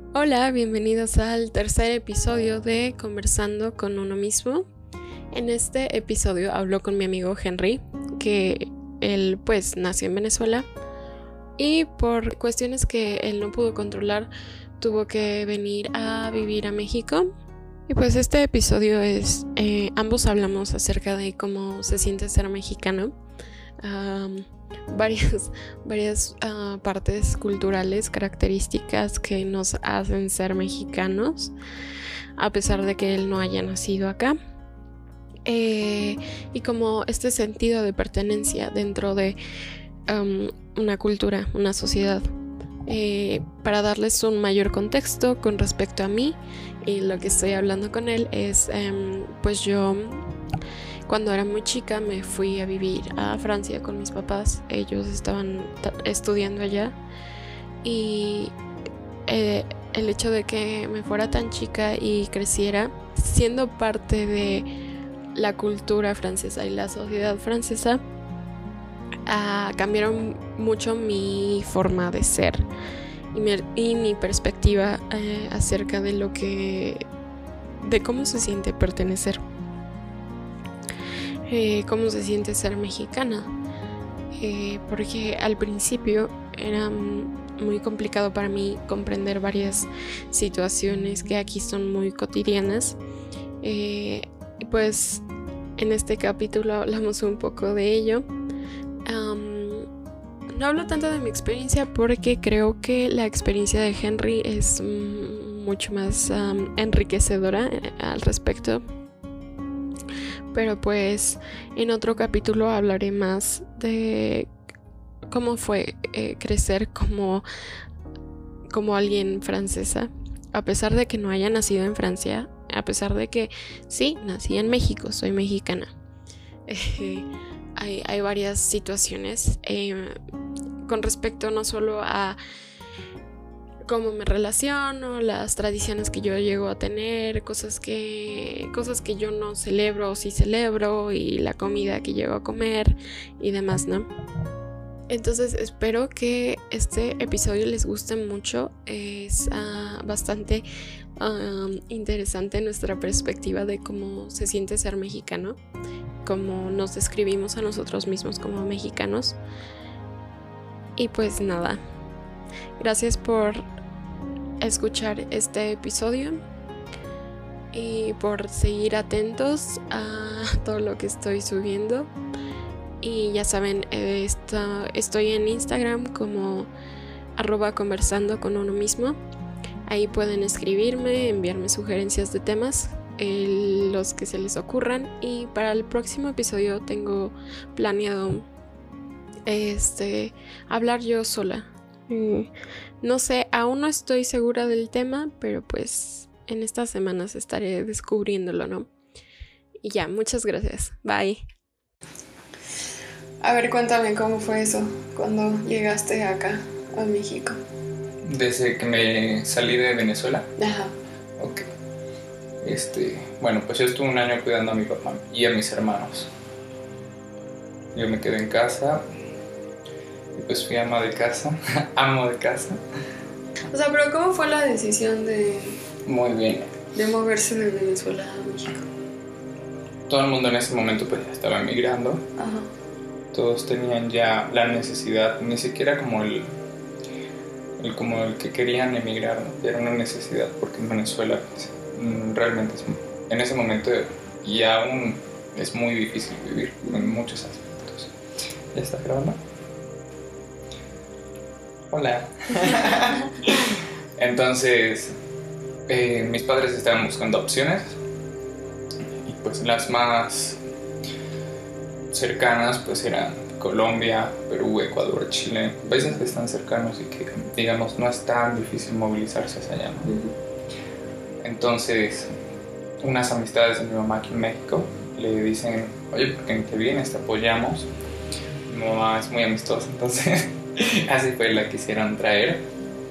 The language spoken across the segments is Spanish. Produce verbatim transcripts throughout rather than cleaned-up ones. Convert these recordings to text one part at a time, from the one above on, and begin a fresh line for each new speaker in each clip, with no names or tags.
Hola, bienvenidos al tercer episodio de Conversando con uno mismo. En este episodio hablo con mi amigo Henry, que él pues nació en Venezuela y por cuestiones que él no pudo controlar tuvo que venir a vivir a México. Y pues este episodio es, eh, ambos hablamos acerca de cómo se siente ser mexicano. Um, varias, varias uh, partes culturales, características que nos hacen ser mexicanos, a pesar de que él no haya nacido acá. Eh, y como este sentido de pertenencia dentro de um, una cultura, una sociedad. Eh, para darles un mayor contexto con respecto a mí y lo que estoy hablando con él es, um, pues yo... Cuando era muy chica me fui a vivir a Francia con mis papás. Ellos estaban t- estudiando allá. Y eh, el hecho de que me fuera tan chica y creciera siendo parte de la cultura francesa y la sociedad francesa, uh, cambiaron mucho mi forma de ser y mi, y mi perspectiva eh, acerca de lo que... de cómo se siente pertenecer. Eh, cómo se siente ser mexicana, eh, porque al principio era muy complicado para mí comprender varias situaciones que aquí son muy cotidianas, eh, y pues en este capítulo hablamos un poco de ello. Um, no hablo tanto de mi experiencia porque creo que la experiencia de Henry es um, mucho más um, enriquecedora eh, al respecto. Pero pues en otro capítulo hablaré más de cómo fue eh, crecer como, como alguien francesa, a pesar de que no haya nacido en Francia, a pesar de que sí, nací en México, soy mexicana. Eh, hay, hay varias situaciones eh, con respecto no solo a cómo me relaciono, las tradiciones que yo llego a tener, cosas que, cosas que yo no celebro o sí celebro, y la comida que llego a comer y demás, ¿no? Entonces espero que este episodio les guste mucho. Es uh, bastante uh, interesante nuestra perspectiva de cómo se siente ser mexicano, cómo nos describimos a nosotros mismos como mexicanos. Y pues nada, gracias por escuchar este episodio y por seguir atentos a todo lo que estoy subiendo. Y ya saben, esta, estoy en Instagram como arroba conversando con uno mismo. Ahí pueden escribirme, enviarme sugerencias de temas, eh, los que se les ocurran. Y para el próximo episodio tengo planeado este, hablar yo sola. No sé, aún no estoy segura del tema, pero pues en estas semanas estaré descubriéndolo, ¿no? Y ya, muchas gracias. Bye. A ver, cuéntame cómo fue eso cuando llegaste acá a México.
Desde que me salí de Venezuela.
Ajá.
Ok. Este, bueno, pues yo estuve un año cuidando a mi papá y a mis hermanos. Yo me quedé en casa. Y pues fui ama de casa, amo de casa.
O sea, pero ¿cómo fue la decisión de...
Muy bien.
de moverse de Venezuela a México?
Todo el mundo en ese momento pues ya estaba emigrando.
Ajá.
Todos tenían ya la necesidad, ni siquiera como el, el como el que querían emigrar, ¿no? Era una necesidad porque en Venezuela pues, realmente es, en ese momento y aún es muy difícil vivir en muchos aspectos. ¿Ya está grabando? Hola. Entonces, eh, mis padres estaban buscando opciones y pues las más cercanas pues eran Colombia, Perú, Ecuador, Chile, países que están cercanos y que digamos no es tan difícil movilizarse hacia allá, ¿no? Uh-huh. Entonces, unas amistades de mi mamá aquí en México le dicen, oye, ¿por qué no te vienes? Te apoyamos. Mi mamá es muy amistosa, entonces así fue, la quisieron traer.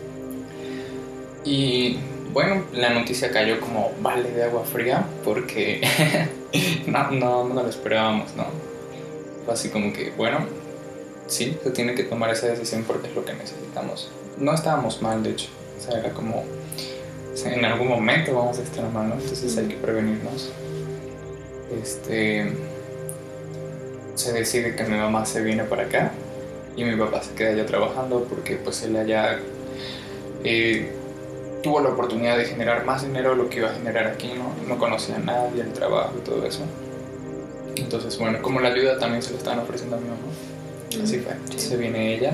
Y bueno, la noticia cayó como balde de agua fría porque no, no, no lo esperábamos, ¿no? Fue así como que, bueno, sí, se tiene que tomar esa decisión porque es lo que necesitamos. No estábamos mal, de hecho. O sea, era como en algún momento vamos a estar mal, ¿no? Entonces uh-huh. hay que prevenirnos. Este, se decide que mi mamá se viene para acá y mi papá se queda allá trabajando porque pues él allá eh, tuvo la oportunidad de generar más dinero de lo que iba a generar aquí, ¿no? No conocía a nadie, el trabajo y todo eso. Entonces, bueno, como la ayuda también se lo estaban ofreciendo a mi mamá. Uh-huh. Así fue. Sí. Se viene ella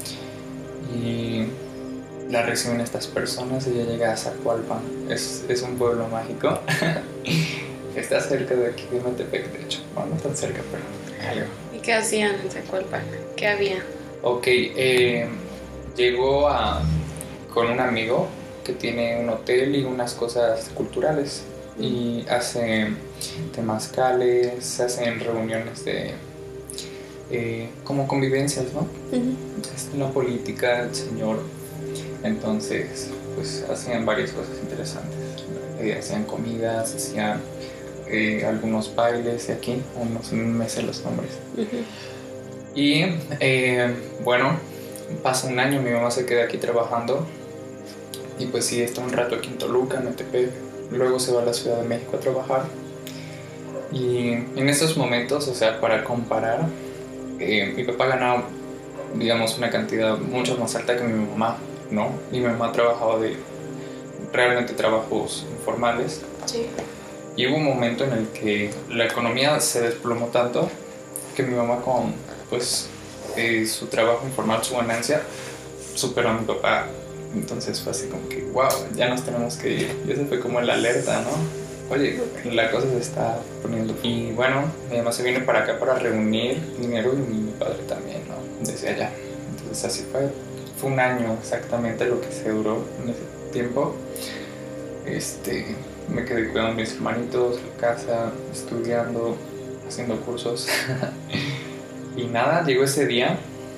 y la reciben estas personas. Ella llega a Zacualpan. Es, es un pueblo mágico. Está cerca de aquí, de Metepec, de hecho. Bueno, no tan cerca, pero algo.
¿Y qué hacían en Zacualpan? ¿Qué había?
Ok, eh, llegó a, con un amigo que tiene un hotel y unas cosas culturales. Y hace temazcales, hacen reuniones de eh, como convivencias, ¿no? Uh-huh. Es la política, el señor. Entonces, pues hacían varias cosas interesantes. Eh, hacían comidas, hacían eh, algunos bailes de aquí, unos, no me sé los nombres. Uh-huh. Y eh, bueno, pasa un año, mi mamá se queda aquí trabajando. Y pues sí, está un rato aquí en Toluca, en Metepec. Luego se va a la Ciudad de México a trabajar. Y en esos momentos, o sea, para comparar, eh, mi papá ganaba, digamos, una cantidad mucho más alta que mi mamá, ¿no? Y mi mamá trabajaba de realmente trabajos informales.
Sí.
Y hubo un momento en el que la economía se desplomó tanto que mi mamá con, pues, eh, su trabajo informal, su ganancia, superó a mi papá. Entonces fue así como que, wow, ya nos tenemos que ir. Y eso fue como la alerta, ¿no? Oye, la cosa se está poniendo. Y bueno, mi mamá se viene para acá para reunir dinero y mi padre también, ¿no? Desde allá. Entonces así fue. Fue un año exactamente lo que se duró en ese tiempo. Este, me quedé cuidando a mis hermanitos, la casa, estudiando, haciendo cursos. Y nada, llegó ese día.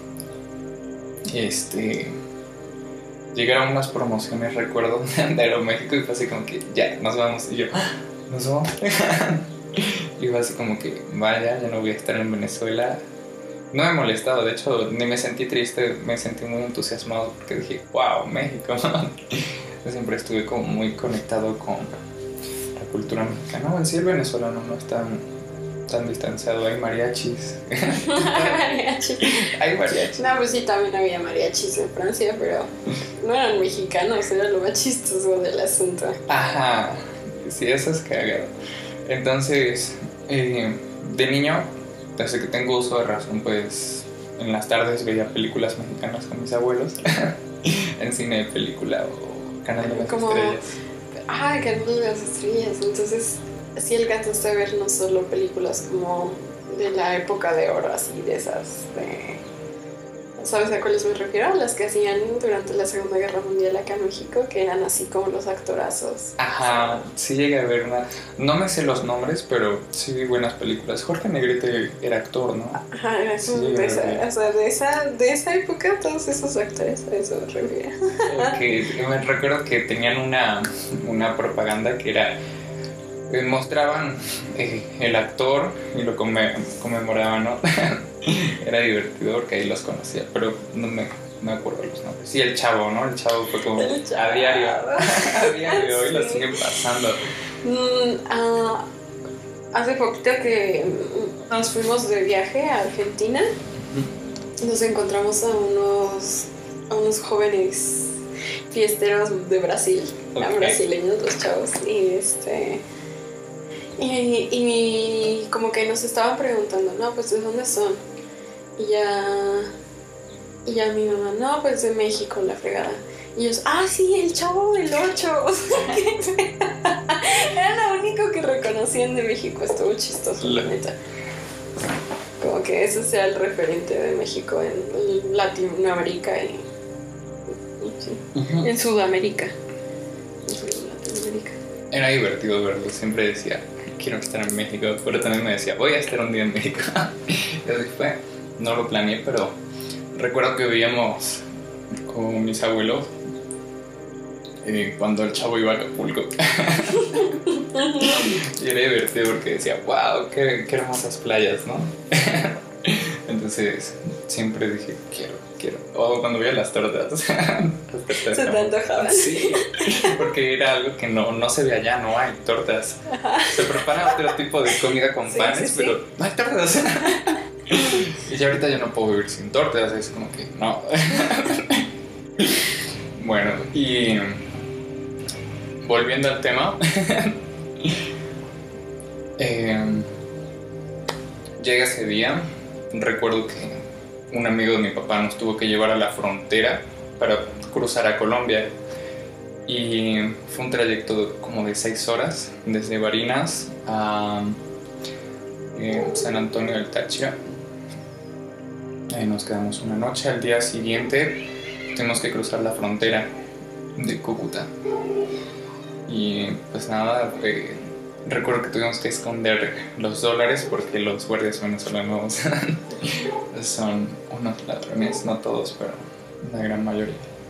Este... Llegaron unas promociones, recuerdo, de Aeroméxico y fue así como que ya, nos vamos. Y yo, ¿nos vamos? Y fue así como que, vaya, ya no voy a estar en Venezuela. No me he molestado, de hecho, ni me sentí triste, me sentí muy entusiasmado porque dije, wow, México. Yo siempre estuve como muy conectado con la cultura mexicana. En sí, el venezolano no es tan... tan distanciado, hay mariachis.
Mariachis.
Hay mariachis.
No, pues sí, también había mariachis en Francia, pero no eran mexicanos, era lo más chistoso del asunto.
Ajá, sí, eso es cagado. Entonces, eh, de niño, desde que tengo uso de razón, pues en las tardes veía películas mexicanas con mis abuelos. En cine de película o Canal de las
Como...
Estrellas.
Ah, Canal de las Estrellas, entonces... Sí alcanzaste a ver no solo películas como de la época de oro, así de esas de... ¿Sabes a cuáles me refiero? Las que hacían durante la Segunda Guerra Mundial acá en México, que eran así como los actorazos.
Ajá, sí llegué a ver una... No me sé los nombres, pero sí vi buenas películas. Jorge Negrete era actor, ¿no?
Ajá, era sí, de, esa, o sea, de, esa, de esa época todos esos actores, a eso me refiero.
Okay, me recuerdo que tenían una, una propaganda que era... mostraban eh, el actor y lo come, conmemoraban, ¿no? Era divertido porque ahí los conocía, pero no me, no me acuerdo los nombres. Sí, el Chavo, ¿no? El Chavo fue como a diario, a diario, sí. Y lo siguen pasando.
Mm, uh, hace poquito que nos fuimos de viaje a Argentina, nos encontramos a unos, a unos jóvenes fiesteros de Brasil, okay. Eran brasileños los chavos, y este... Y, y como que nos estaban preguntando, no, pues ¿de dónde son? Y ya, y ya mi mamá, no, pues de México, la fregada. Y ellos, ah, sí, el Chavo del Ocho. O sea, que era lo único que reconocían de México, estuvo chistoso, la neta. Como que ese sea el referente de México en Latinoamérica y, y sí, uh-huh. en Sudamérica. En Latinoamérica.
Era divertido verlo, siempre decía, quiero estar en México, pero también me decía, voy a estar un día en México. Y así fue, no lo planeé, pero recuerdo que veíamos con mis abuelos eh, cuando el Chavo iba a Acapulco. Y era divertido porque decía, wow, qué, qué hermosas playas, ¿no? Entonces siempre dije, quiero quiero. O cuando veía las tortas.
Se te antojaban.
Sí, porque era algo que no, no se ve allá, no hay tortas. Ajá. Se prepara otro tipo de comida con sí, panes, sí, sí. pero no hay tortas. Y ya ahorita yo no puedo vivir sin tortas, es como que no. Bueno, y volviendo al tema, eh, llega ese día. Recuerdo que un amigo de mi papá nos tuvo que llevar a la frontera para cruzar a Colombia. Y fue un trayecto como de seis horas, desde Barinas a eh, San Antonio del Táchira. Ahí nos quedamos una noche. Al día siguiente tuvimos que cruzar la frontera de Cúcuta. Y pues nada, eh, recuerdo que tuvimos que esconder los dólares porque los guardias venezolanos son unos ladrones, no todos, pero la gran mayoría.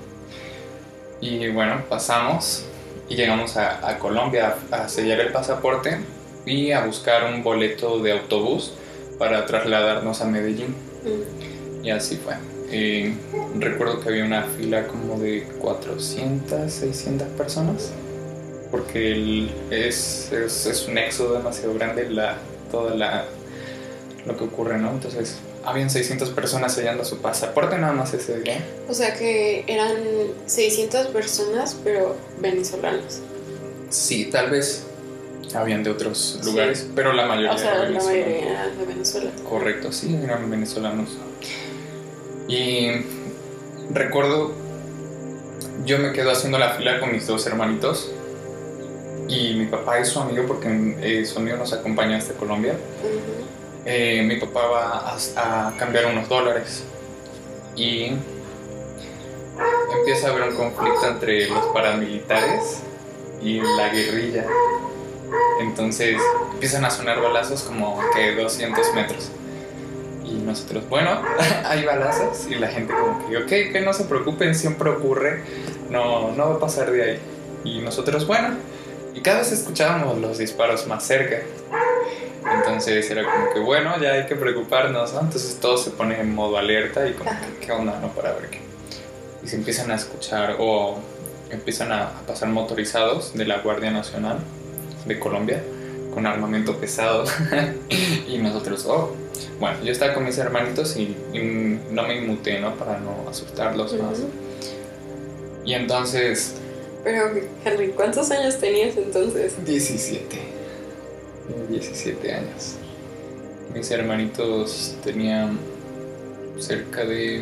Y bueno, pasamos y llegamos a, a Colombia a, a sellar el pasaporte y a buscar un boleto de autobús para trasladarnos a Medellín. Mm. Y así fue. Y recuerdo que había una fila como de cuatrocientas, seiscientas personas, porque el, es, es, es un éxodo demasiado grande la, toda la, lo que ocurre, ¿no? Entonces habían seiscientas personas sellando su pasaporte nada más ese día.
O sea que eran seiscientas personas, pero venezolanos.
Sí, tal vez habían de otros lugares, sí. Pero la mayoría
o sea, la mayoría de Venezuela.
Correcto, sí, eran venezolanos. Y recuerdo, yo me quedo haciendo la fila con mis dos hermanitos y mi papá y su amigo, porque eh, su amigo nos acompaña hasta Colombia. Uh-huh. Eh, mi papá va a, a cambiar unos dólares y empieza a haber un conflicto entre los paramilitares y la guerrilla. Entonces empiezan a sonar balazos como que doscientos metros. Y nosotros, bueno, hay balazos. Y la gente como que, ok, que no se preocupen, siempre ocurre, no, no va a pasar de ahí. Y nosotros, bueno, y cada vez escuchábamos los disparos más cerca. Entonces era como que, bueno, ya hay que preocuparnos, ¿no? Entonces todo se pone en modo alerta y como que, ¿qué onda, no? Para ver qué. Y se empiezan a escuchar o empiezan a, a pasar motorizados de la Guardia Nacional de Colombia con armamento pesado. Y nosotros, oh, bueno, yo estaba con mis hermanitos y, y no me inmuté, ¿no? Para no asustarlos uh-huh. más. Y entonces...
Pero, Henry, ¿cuántos años tenías entonces?
diecisiete. diecisiete años. Mis hermanitos tenían cerca de...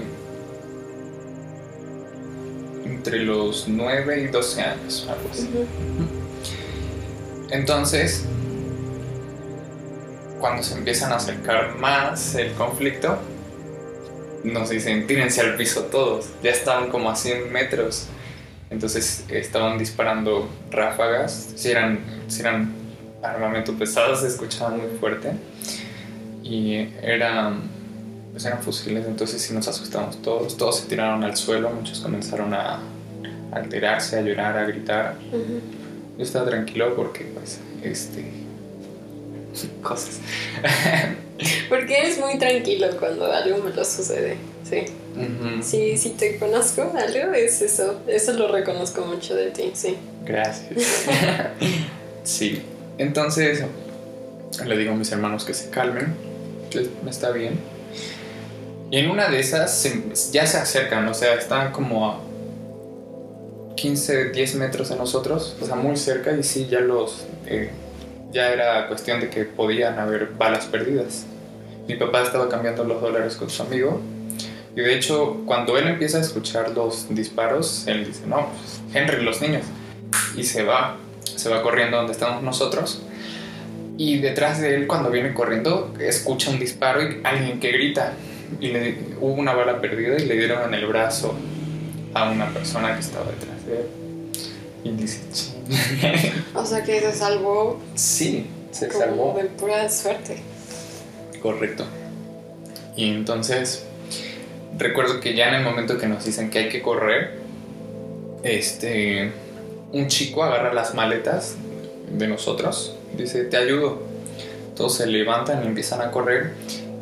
entre los nueve y doce años, algo así. Uh-huh. Entonces, cuando se empiezan a acercar más el conflicto, nos dicen, tírense al piso todos. Ya estaban como a cien metros. Entonces estaban disparando ráfagas. Si eran, si eran armamento pesado, se escuchaba muy fuerte. Y eran, pues eran fusiles, entonces sí nos asustamos todos. Todos se tiraron al suelo, muchos comenzaron a alterarse, a llorar, a gritar. Uh-huh. Yo estaba tranquilo porque, pues, este... cosas.
Porque eres muy tranquilo cuando algo me lo sucede, sí. Uh-huh. Sí, si te conozco algo, es eso. Eso lo reconozco mucho de ti, sí.
Gracias. Sí. Entonces, le digo a mis hermanos que se calmen, que está bien. Y en una de esas se, ya se acercan, o sea, están como a quince, diez metros de nosotros, o sea, muy cerca, y sí, ya los... Eh, ya era cuestión de que podían haber balas perdidas. Mi papá estaba cambiando los dólares con su amigo, y de hecho, cuando él empieza a escuchar los disparos, él dice, no, pues, Henry, los niños, y se va, se va corriendo donde estamos nosotros, y detrás de él, cuando viene corriendo, escucha un disparo y alguien que grita, y le, hubo una bala perdida y le dieron en el brazo a una persona que estaba detrás de él. Y dice, ching.
O sea que se salvó.
Sí, se
como
salvó.
De pura suerte.
Correcto. Y entonces, recuerdo que ya en el momento que nos dicen que hay que correr, este, un chico agarra las maletas de nosotros, dice, te ayudo. Todos se levantan y empiezan a correr.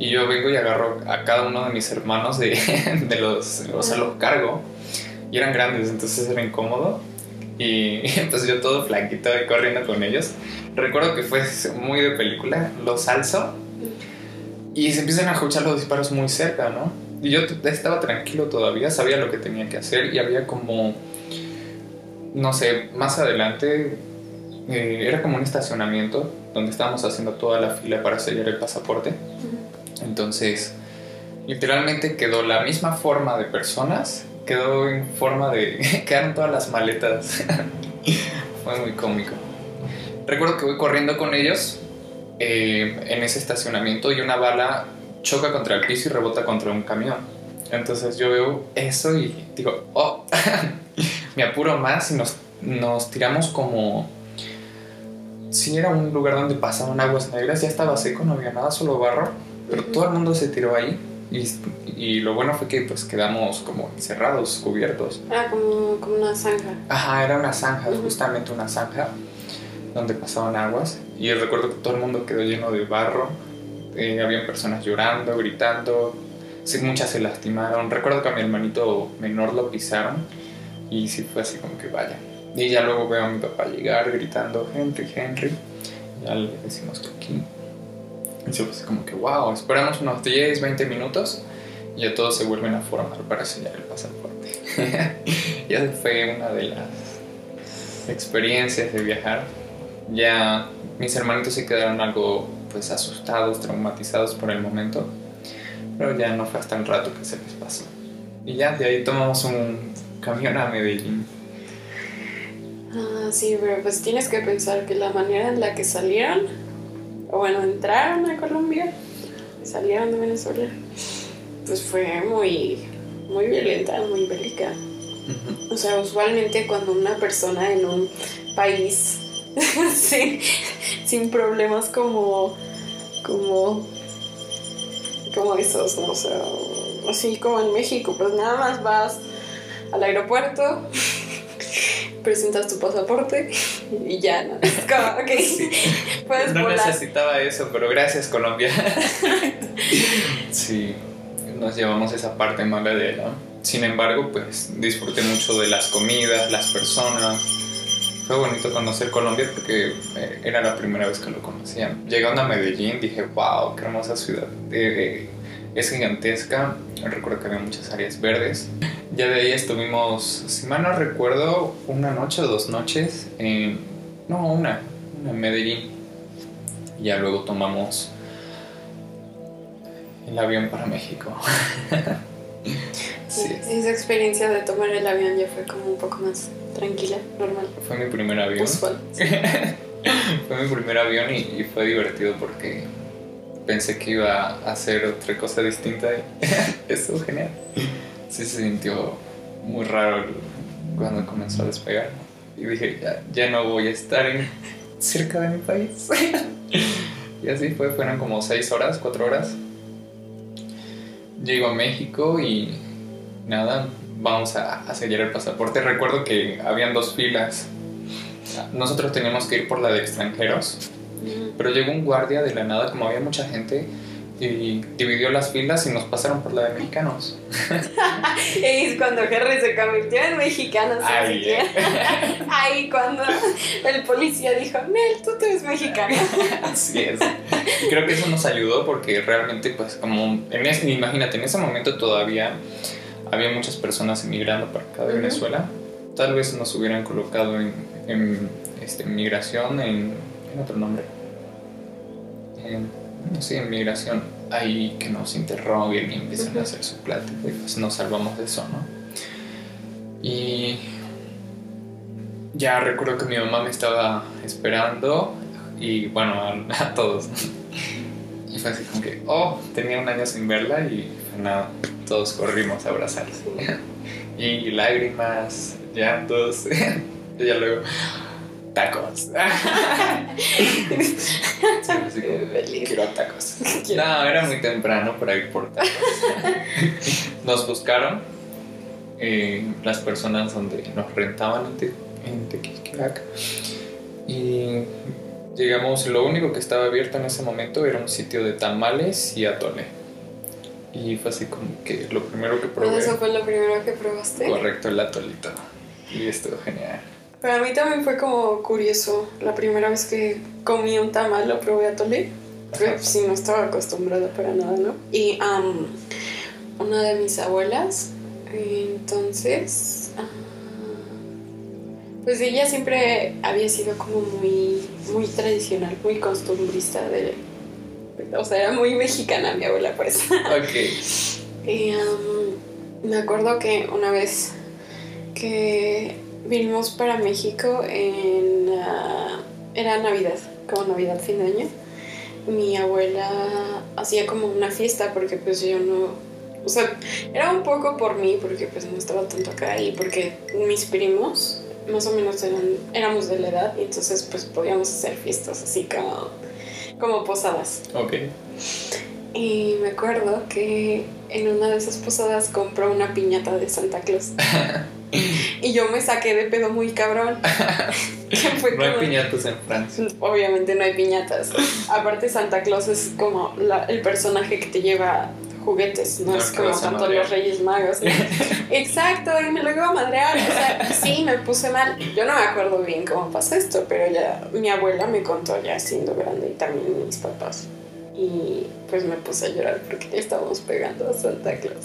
y yo vengo y agarro a cada uno de mis hermanos de, de los, o sea, los cargo, y eran grandes, entonces era incómodo, y pues yo todo flaquito y corriendo con ellos. Recuerdo que fue muy de película, los alzo y se empiezan a escuchar los disparos muy cerca, ¿no? Y yo estaba tranquilo todavía, sabía lo que tenía que hacer, y había como, no sé, más adelante eh, era como un estacionamiento donde estábamos haciendo toda la fila para sellar el pasaporte. Entonces, literalmente quedó la misma forma de personas, quedó en forma de... quedaron todas las maletas. Fue muy cómico. Recuerdo que voy corriendo con ellos eh, en ese estacionamiento y una bala choca contra el piso y rebota contra un camión. Entonces yo veo eso y digo, oh, me apuro más y nos, nos tiramos como... Sí, era un lugar donde pasaban aguas negras, ya estaba seco, no había nada, solo barro, pero todo el mundo se tiró ahí y, y lo bueno fue que pues quedamos como encerrados, cubiertos.
Era como, como una zanja.
Ajá, era una zanja, uh-huh. Justamente una zanja donde pasaban aguas, y recuerdo que todo el mundo quedó lleno de barro, eh, habían personas llorando, gritando, sí, muchas se lastimaron. Recuerdo que a mi hermanito menor lo pisaron y sí fue así como que vaya. Y ya luego veo a mi papá llegar gritando Henry, Henry, ya le decimos que aquí. Y se fue así como que wow, esperamos unos diez, veinte minutos y ya todos se vuelven a formar para sellar el pasaporte. Ya fue una de las experiencias de viajar. Ya mis hermanitos se quedaron algo pues asustados, traumatizados por el momento, pero ya no fue hasta el rato que se les pasó. Y ya de ahí tomamos un camión a Medellín.
Ah, sí, pero pues tienes que pensar que la manera en la que salieron, o bueno, entraron a Colombia y salieron de Venezuela, pues fue muy, muy violenta, muy bélica. Uh-huh. O sea, usualmente cuando una persona en un país sin, sin problemas como, como, como esos, ¿no? O sea, así como en México, pues nada más vas al aeropuerto, presentas tu pasaporte y ya, ¿no? Es como, ok,
sí.
Puedes
no
volar.
Necesitaba eso, pero gracias, Colombia. Sí, nos llevamos esa parte mala de ella. Sin embargo, pues disfruté mucho de las comidas, las personas. Fue bonito conocer Colombia porque era la primera vez que lo conocía. Llegando a Medellín dije, wow, qué hermosa ciudad. Eh, es gigantesca. Recuerdo que había muchas áreas verdes. Ya de ahí estuvimos, si mal no recuerdo, una noche o dos noches en... No, una, una en Medellín. Y ya luego tomamos el avión para México.
Sí. Esa experiencia de tomar el avión ya fue como un poco más tranquila, normal.
Fue mi primer avión.
Usual. Sí.
Fue mi primer avión y, y fue divertido porque pensé que iba a hacer otra cosa distinta y estuvo genial. Sí se sintió muy raro cuando comenzó a despegar y dije, ya, ya no voy a estar en, cerca de mi país. Y así fue, fueron como seis horas, cuatro horas. Llego a México y nada, vamos a, a sellar el pasaporte. Recuerdo que habían dos filas. Nosotros teníamos que ir por la de extranjeros, pero llegó un guardia de la nada, como había mucha gente, y dividió las filas y nos pasaron por la de mexicanos.
Y cuando Henry se convirtió en mexicano,
Ay,
siquiera.
Eh.
Ahí cuando el policía dijo, Nel, tú te eres mexicano.
Así es. Y creo que eso nos ayudó porque realmente, pues, como, en ese, imagínate, en ese momento todavía había muchas personas emigrando para acá de uh-huh. Venezuela. Tal vez nos hubieran colocado en, en este, migración, en, en otro nombre. En, no sé, en migración, ahí que nos interroguen y empiezan uh-huh. a hacer su plática y pues nos salvamos de eso, ¿no? Y ya recuerdo que mi mamá me estaba esperando y bueno, a, a todos, ¿no? Y fue así como que, oh, tenía un año sin verla y pues nada, todos corrimos a abrazarse. Y lágrimas, llantos, y ya luego... tacos. Sí, así como, quiero tacos. No, era muy temprano para ir por tacos. Nos buscaron eh, las personas donde nos rentaban en, Te- en Tequisquiac y llegamos, lo único que estaba abierto en ese momento era un sitio de tamales y atole. Y fue así como que lo primero que probé.
¿Eso fue lo primero que probaste?
Correcto, el atolito. Y estuvo genial.
Para mí también fue como curioso. La primera vez que comí un tamal lo probé atole. Pero sí, no estaba acostumbrada para nada, ¿no? Y um, una de mis abuelas, entonces, uh, pues ella siempre había sido como muy, muy tradicional, muy costumbrista de... O sea, era muy mexicana mi abuela, pues.
Ok.
Y um, me acuerdo que una vez que vinimos para México en... Uh, era Navidad, como Navidad, fin de año. Mi abuela hacía como una fiesta porque pues yo no... O sea, era un poco por mí porque pues no estaba tanto acá y porque mis primos más o menos eran, éramos de la edad y entonces pues podíamos hacer fiestas así como, como posadas.
Ok.
Y me acuerdo que en una de esas posadas compró una piñata de Santa Claus. Y yo me saqué de pedo muy cabrón.
Fue no hay piñatas en Francia.
Obviamente no hay piñatas. Aparte Santa Claus es como la, el personaje que te lleva juguetes, no, no es como tanto los Reyes Magos, ¿no? Exacto, y me lo iba a madrear. O sea, sí, me puse mal. Yo no me acuerdo bien cómo pasó esto, pero ya mi abuela me contó ya siendo grande y también mis papás. Y pues me puse a llorar porque le estábamos pegando a Santa Claus.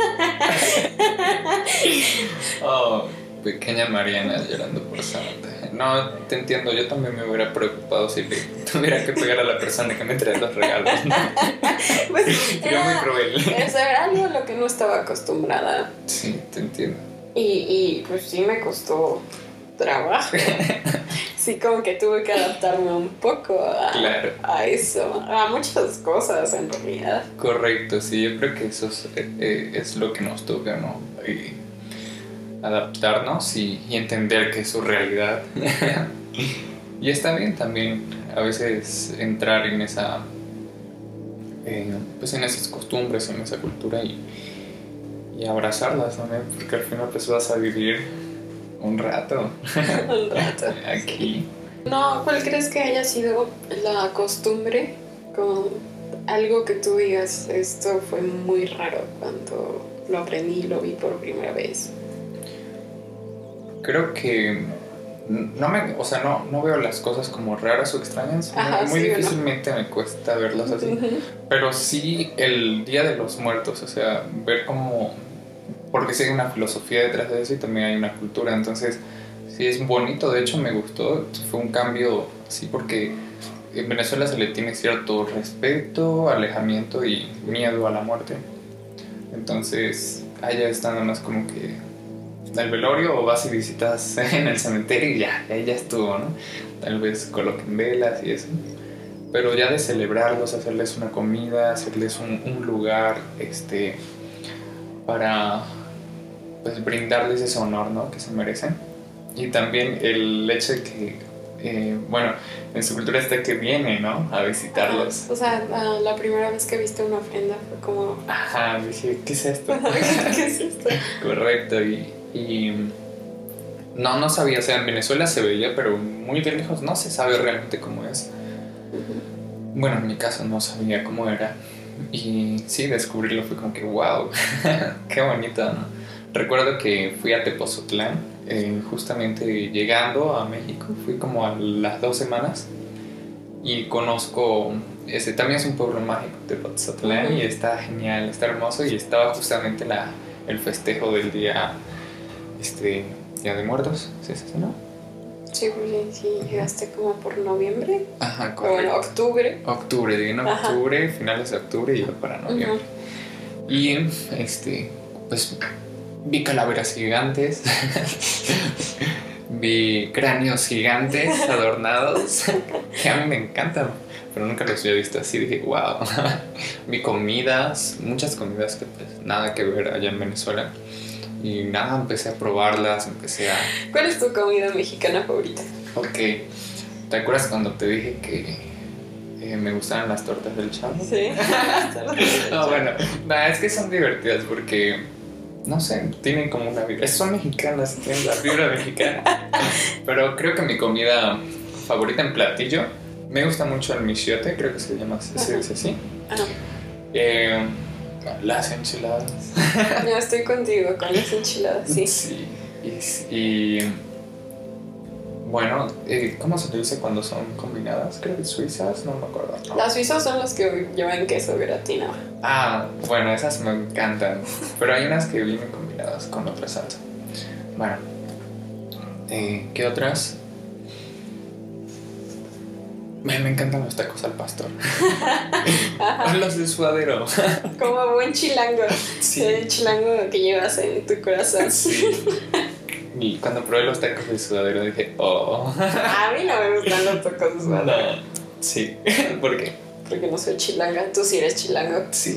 Oh, pequeña Mariana llorando por Santa. No, te entiendo, yo también me hubiera preocupado si le tuviera que pegar a la persona que me trae los regalos, ¿no?
Pues
era muy cruel.
Eso era algo a lo que no estaba acostumbrada.
Sí, te entiendo.
Y, y pues sí me costó trabajo. Sí, como que tuve que adaptarme un poco a,
claro.
a eso, a muchas cosas en realidad.
Correcto, sí, yo creo que eso es, eh, es lo que nos toca, ¿no? Y adaptarnos y, y entender que es su realidad. Y está bien también a veces entrar en esa, eh, pues en esas costumbres, en esa cultura y, y abrazarlas también, porque al final pues vas a vivir un rato.
Un rato.
Aquí.
No, ¿cuál crees que haya sido la costumbre? Como algo que tú digas, esto fue muy raro cuando lo aprendí y lo vi por primera vez.
Creo que no me, o sea, no, no veo las cosas como raras o extrañas.
Ajá,
muy
sí,
difícilmente ¿no? me cuesta verlas así.
Uh-huh.
Pero sí el Día de los Muertos, o sea, ver cómo, porque sí hay una filosofía detrás de eso y también hay una cultura. Entonces, sí es bonito. De hecho, me gustó. Fue un cambio así porque en Venezuela se le tiene cierto respeto, alejamiento y miedo a la muerte. Entonces, allá están más como que al velorio o vas y visitas en el cementerio y ya, ya, ya estuvo, ¿no? Tal vez coloquen velas y eso. Pero ya de celebrarlos, hacerles una comida, hacerles un, un lugar este, para pues, brindarles ese honor, ¿no? Que se merecen. Y también el hecho de que, eh, bueno, en su cultura está que viene, ¿no? A visitarlos.
Ajá. O sea, la, la primera vez que viste una ofrenda fue como...
Ajá, dije, ¿qué es esto?
¿Qué es esto?
Correcto, y... Y no, no sabía, o sea, en Venezuela se veía, pero muy de lejos no se sabe realmente cómo es. Uh-huh. Bueno, en mi caso no sabía cómo era. Y sí, descubrirlo fue como que wow, qué bonito, ¿no? Recuerdo que fui a Tepozotlán, eh, justamente llegando a México, fui como a las dos semanas y conozco, ese también es un pueblo mágico, Tepozotlán, uh-huh. Y está genial, está hermoso y estaba justamente la, el festejo del día... Este, Día de Muertos, ¿sí es eso, no?
Sí, pues sí, llegaste como por noviembre.
Ajá, correcto.
O en octubre.
Octubre, digo, en octubre, finales de octubre y iba para noviembre. Uh-huh. Y, este, pues, vi calaveras gigantes, vi cráneos gigantes adornados, que a mí me encantan, pero nunca los había visto así, dije, wow. Vi comidas, muchas comidas que pues nada que ver allá en Venezuela. Y nada, empecé a probarlas, empecé a...
¿Cuál es tu comida mexicana favorita?
Ok, ¿te acuerdas cuando te dije que eh, me gustaban las tortas del Chavo?
Sí.
No, bueno, nah, es que son divertidas porque, no sé, tienen como una vibra... Son mexicanas, tienen la vibra mexicana. Pero creo que mi comida favorita en platillo Me gusta mucho el michiote, creo que se llama así, se dice así.
Ajá.
Eh, las enchiladas.
Yo estoy contigo con las enchiladas, sí.
Sí. Y, y bueno, eh, ¿cómo se dice cuando son combinadas? Creo que suizas, no me acuerdo. No.
Las suizas son las que llevan queso gratinado.
Ah, bueno, esas me encantan. Pero hay unas que vienen combinadas con otra salsa. Bueno, eh, ¿qué otras? Me, me encantan los tacos al pastor. Los de suadero.
Como buen chilango.
Sí.
El chilango que llevas en tu corazón.
Sí. Y cuando probé los tacos de suadero dije, oh.
A mí no me gustan los tacos de suadero.
No. Sí. ¿Por qué?
Porque no soy chilanga. Tú sí eres chilango.
Sí.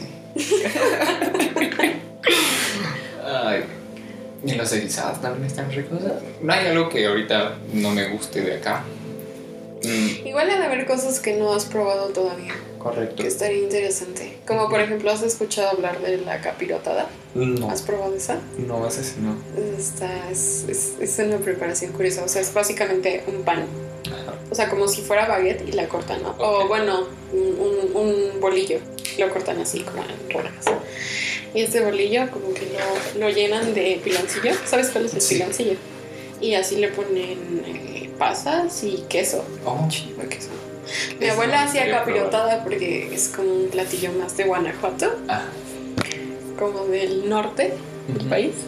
Ay. Y los de guisados también están ricos. No hay algo que ahorita no me guste de acá. Mm.
Igual ha de haber cosas que no has probado todavía.
Correcto.
Que estaría interesante. Como por ejemplo, ¿has escuchado hablar de la capirotada?
No.
¿Has probado esa?
No, ese sí no.
Esta es, es, es una preparación curiosa. O sea, es básicamente un pan.
Ajá.
O sea, como si fuera baguette y la cortan, ¿no? Okay. O bueno, un, un, un bolillo. Lo cortan así, como en rodajas. Y este bolillo como que lo, lo llenan de piloncillo. ¿Sabes cuál es el sí. piloncillo? Y así le ponen eh, pasas y queso.
Oh,
un chingo de queso. Mi abuela hacía capirotada porque es como un platillo más de Guanajuato.
Ah.
Como del norte del uh-huh. país.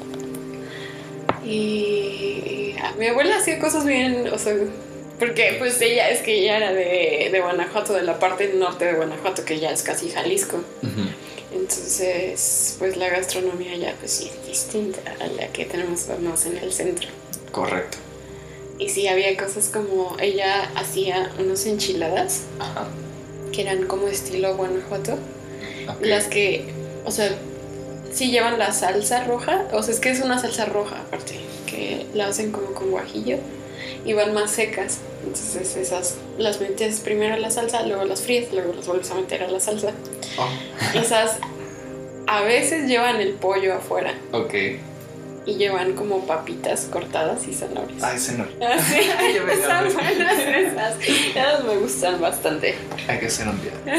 Y, y mi abuela hacía cosas bien, o sea, porque pues ella es que ella era de, de Guanajuato, de la parte norte de Guanajuato, que ya es casi Jalisco. Uh-huh. Entonces, pues la gastronomía ya pues sí es distinta a la que tenemos más en el centro.
Correcto.
Y sí, había cosas como ella hacía unas enchiladas. Ajá. Que eran como estilo Guanajuato. Okay. Las que, o sea, sí llevan la salsa roja, o sea, es que es una salsa roja aparte, que la hacen como con guajillo y van más secas. Entonces esas las metes primero a la salsa, luego las fríes, luego las vuelves a meter a la salsa. Oh. Esas a veces llevan el pollo afuera.
Ok.
Y llevan como papitas cortadas y zanahorias.
Ay, zanahorias.
Ah, sí, están buenas esas. Esas me gustan bastante.
Hay que hacer un día.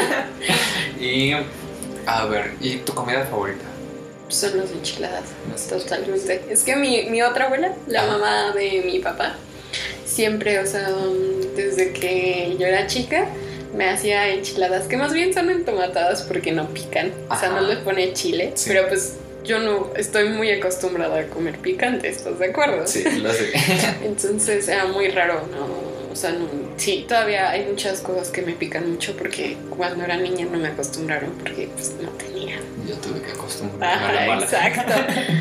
Y, a ver, ¿y tu comida favorita?
Son las enchiladas, las totalmente. Enchiladas. Es que mi, mi otra abuela, la ah. mamá de mi papá, siempre, o sea, desde que yo era chica, me hacía enchiladas, que más bien son entomatadas porque no pican. Ajá. O sea, no les pone chile, sí. Pero pues yo no estoy muy acostumbrada a comer picante, ¿estás de acuerdo?
Sí, lo sé.
Entonces era muy raro, ¿no? O sea, no, sí, todavía hay muchas cosas que me pican mucho porque cuando era niña no me acostumbraron porque pues no tenía.
Yo tuve que acostumbrarme a la mala.
Exacto.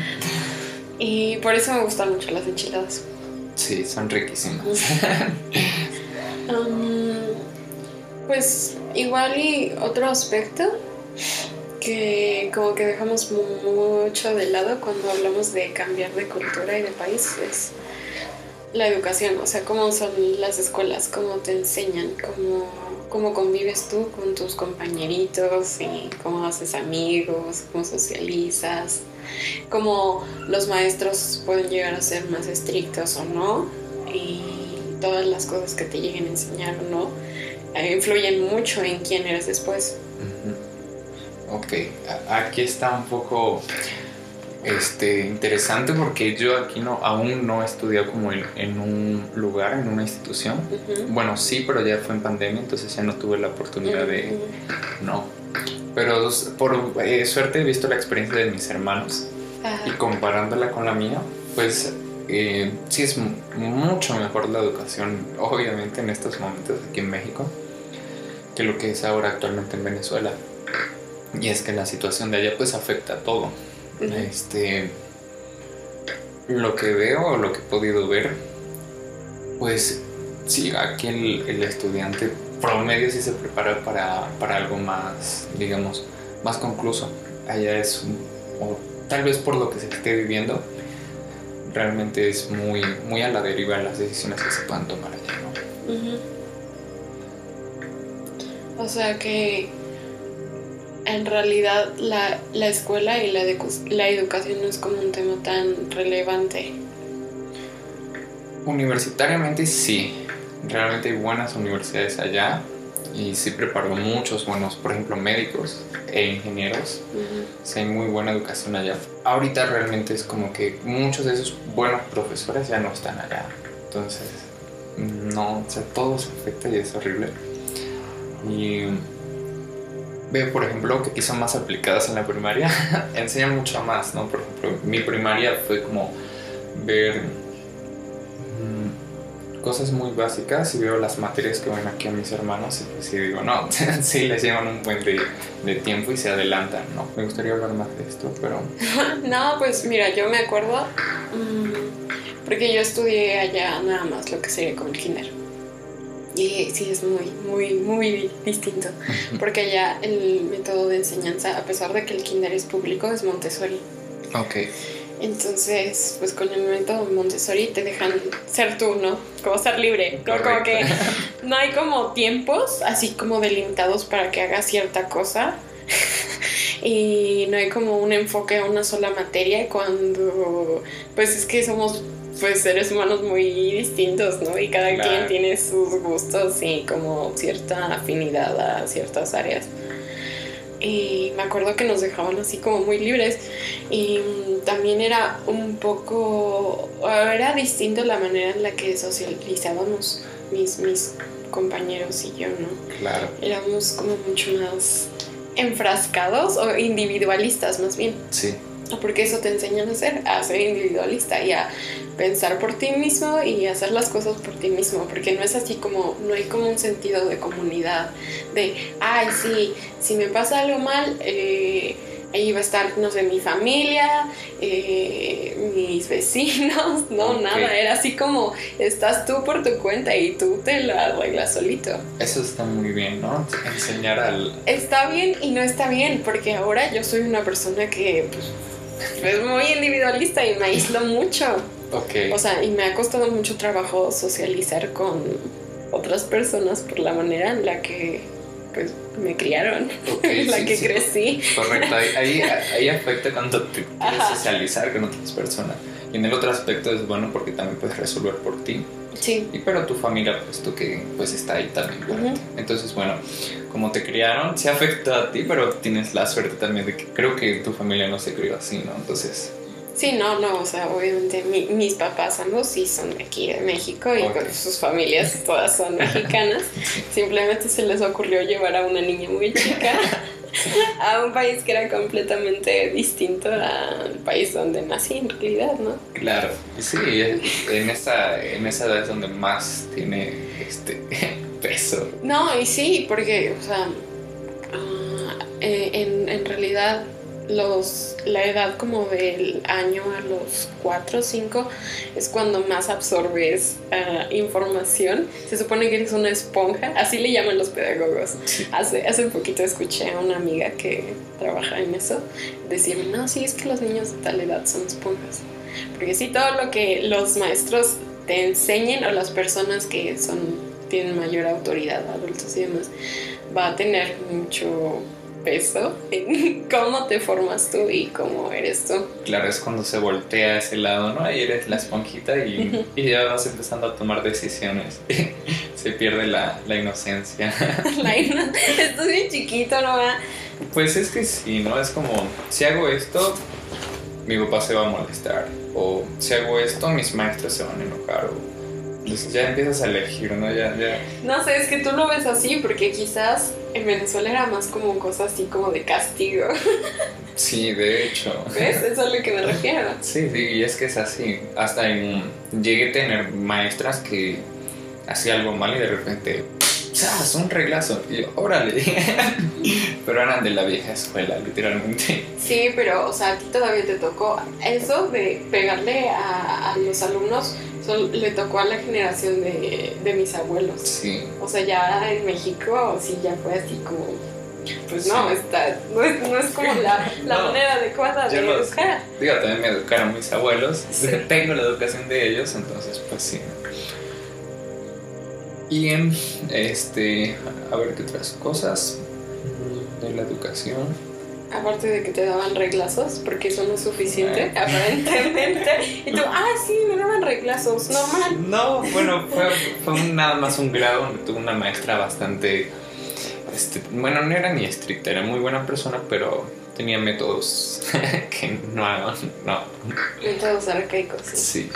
Y por eso me gustan mucho las enchiladas.
Sí, son riquísimas.
um, pues igual y otro aspecto que como que dejamos mucho de lado cuando hablamos de cambiar de cultura y de país es la educación, o sea, cómo son las escuelas, cómo te enseñan, cómo, cómo convives tú con tus compañeritos y cómo haces amigos, cómo socializas, cómo los maestros pueden llegar a ser más estrictos o no, y todas las cosas que te lleguen a enseñar o no eh, influyen mucho en quién eres después.
Ok, aquí está un poco este, interesante porque yo aquí no, aún no he estudiado como en, en un lugar, en una institución. Uh-huh. Bueno, sí, pero ya fue en pandemia, entonces ya no tuve la oportunidad uh-huh. de... No. Pero por eh, suerte he visto la experiencia de mis hermanos uh-huh. y comparándola con la mía, pues eh, sí es m- mucho mejor la educación, obviamente en estos momentos aquí en México, que lo que es ahora actualmente en Venezuela. Y es que la situación de allá pues afecta a todo. Uh-huh. Este, lo que veo o lo que he podido ver, pues sí, aquí el, el estudiante promedio sí se prepara para, para algo más, digamos, más concluso. Allá es, o tal vez por lo que se esté viviendo, realmente es muy, muy a la deriva de las decisiones que se puedan tomar allá, ¿no?
Uh-huh. O sea que en realidad la, la escuela y la, de, la educación no es como un tema tan relevante.
Universitariamente sí, realmente hay buenas universidades allá y sí preparó muchos buenos, por ejemplo, médicos e ingenieros. Uh-huh. Sí, hay muy buena educación allá. Ahorita realmente es como que muchos de esos buenos profesores ya no están allá. Entonces, no, o sea, todo se afecta y es horrible. Y veo, por ejemplo, que son más aplicadas en la primaria, enseñan mucho más, ¿no? Por ejemplo, mi primaria fue como ver mmm, cosas muy básicas y veo las materias que ven aquí a mis hermanos y pues sí digo, no, sí les llevan un buen de, de tiempo y se adelantan, ¿no? Me gustaría hablar más de esto, pero...
No, pues mira, yo me acuerdo, mmm, porque yo estudié allá nada más lo que sería como el kinder. Y sí, es muy, muy, muy distinto, porque allá el método de enseñanza, a pesar de que el kinder es público, es Montessori.
Ok.
Entonces, pues con el método Montessori te dejan ser tú, ¿no? Como ser libre, ¿no? Como que no hay como tiempos así como delimitados para que hagas cierta cosa. Y no hay como un enfoque a una sola materia cuando, pues es que somos... pues seres humanos muy distintos, ¿no? Y cada claro. quien tiene sus gustos y como cierta afinidad a ciertas áreas. Y me acuerdo que nos dejaban así como muy libres. Y también era un poco... era distinto la manera en la que socializábamos mis, mis compañeros y yo, ¿no?
Claro.
Éramos como mucho más enfrascados o individualistas más bien.
Sí.
Porque eso te enseñan a ser, a ser individualista y a pensar por ti mismo y hacer las cosas por ti mismo, porque no es así como, no hay como un sentido de comunidad, de, ay, sí, si me pasa algo mal, eh, ahí va a estar, no sé, mi familia, eh, mis vecinos, no, okay. Nada, era así como, estás tú por tu cuenta y tú te la arreglas solito.
Eso está muy bien, ¿no? Enseñar al...
Está bien y no está bien, porque ahora yo soy una persona que, pues, es muy individualista y me aíslo mucho.
Okay.
O sea, y me ha costado mucho trabajo socializar con otras personas por la manera en la que pues me criaron,
okay,
en la
sí,
que
sí,
crecí.
Correcto, ahí, ahí, ahí afecta cuando te quieres Ajá. socializar con otras personas. Y en el otro aspecto es bueno porque también puedes resolver por ti.
Sí.
Y pero tu familia, pues tú que pues está ahí también para uh-huh. ti. Entonces, bueno, como te criaron, se afectó a ti, pero tienes la suerte también de que creo que tu familia no se crió así, ¿no? Entonces...
Sí, no, no, o sea, obviamente mi, mis papás ambos sí son de aquí de México y okay. sus familias todas son mexicanas. Simplemente se les ocurrió llevar a una niña muy chica a un país que era completamente distinto al país donde nací en realidad, ¿no?
Claro, sí, en esa, en esa edad es donde más tiene este peso.
No, y sí, porque, o sea, uh, en, en realidad... Los, la edad como del año a los cuatro o cinco es cuando más absorbes uh, información. Se supone que eres una esponja, así le llaman los pedagogos. Hace, hace un poquito escuché a una amiga que trabaja en eso decirme, no, sí, es que los niños de tal edad son esponjas. Porque sí, todo lo que los maestros te enseñen o las personas que son, tienen mayor autoridad, adultos y demás, va a tener mucho... peso en cómo te formas tú y cómo eres tú.
Claro, es cuando se voltea a ese lado, ¿no? Ahí eres la esponjita y, uh-huh. y ya vas empezando a tomar decisiones. Se pierde la, la inocencia.
La ino- Estás bien chiquito, ¿no?
Pues es que sí, ¿no? Es como, si hago esto, mi papá se va a molestar. O si hago esto, mis maestros se van a enojar. O pues ya empiezas a elegir, ¿no? Ya, ya.
No sé, es que tú lo ves así, porque quizás en Venezuela era más como cosa así como de castigo.
Sí, de hecho.
¿Ves? Eso es a lo que me refiero.
Sí, sí, y es que es así. Hasta en, llegué a tener maestras que hacía algo mal y de repente, ¡zas! Un reglazo. Y yo, órale. Pero eran de la vieja escuela, literalmente.
Sí, pero, o sea, a ti todavía te tocó eso de pegarle a, a los alumnos. Le tocó a la generación de, de mis abuelos.
Sí.
O sea, ya en México sí ya fue así como... Pues sí. no, está, no, es, no es como la, la no, manera adecuada de
no,
educar.
Digo, también me educaron mis abuelos. Sí. Tengo la educación de ellos, entonces pues sí. Y este, a ver qué otras cosas de la educación.
Aparte de que te daban reglazos, porque eso no es suficiente, aparentemente. Y tú, ah, sí, me daban reglazos, normal.
No, bueno, fue, fue un, nada más un grado donde tuve una maestra bastante... Este, bueno, no era ni estricta, era muy buena persona, pero tenía métodos que no... no.
Métodos arcaicos, sí.
Sí.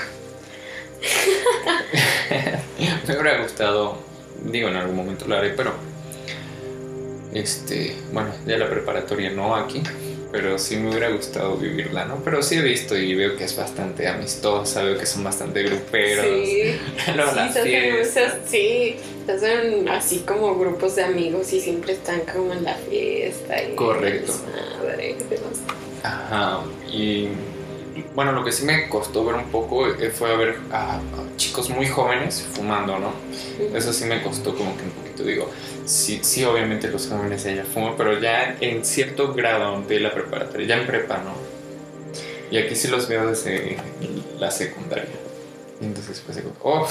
Me hubiera gustado, digo, en algún momento lo haré, pero... Este, bueno, ya la preparatoria no aquí, pero sí me hubiera gustado vivirla, ¿no? Pero sí he visto y veo que es bastante amistosa, veo que son bastante gruperos.
Sí,
Luego
sí,
las
se hacen,
fiestas.
sí, se hacen así como grupos de amigos y siempre están como en la fiesta. Y
Correcto.
Madre, qué demás.
Ajá, y bueno, lo que sí me costó ver un poco eh, fue ver a, a chicos muy jóvenes fumando, ¿no? Eso sí me costó como que un poquito, digo, sí, sí obviamente los jóvenes ya fuman, pero ya en cierto grado de la preparatoria, ya en prepa, ¿no? Y aquí sí los veo desde la secundaria. Y entonces pues digo, oh,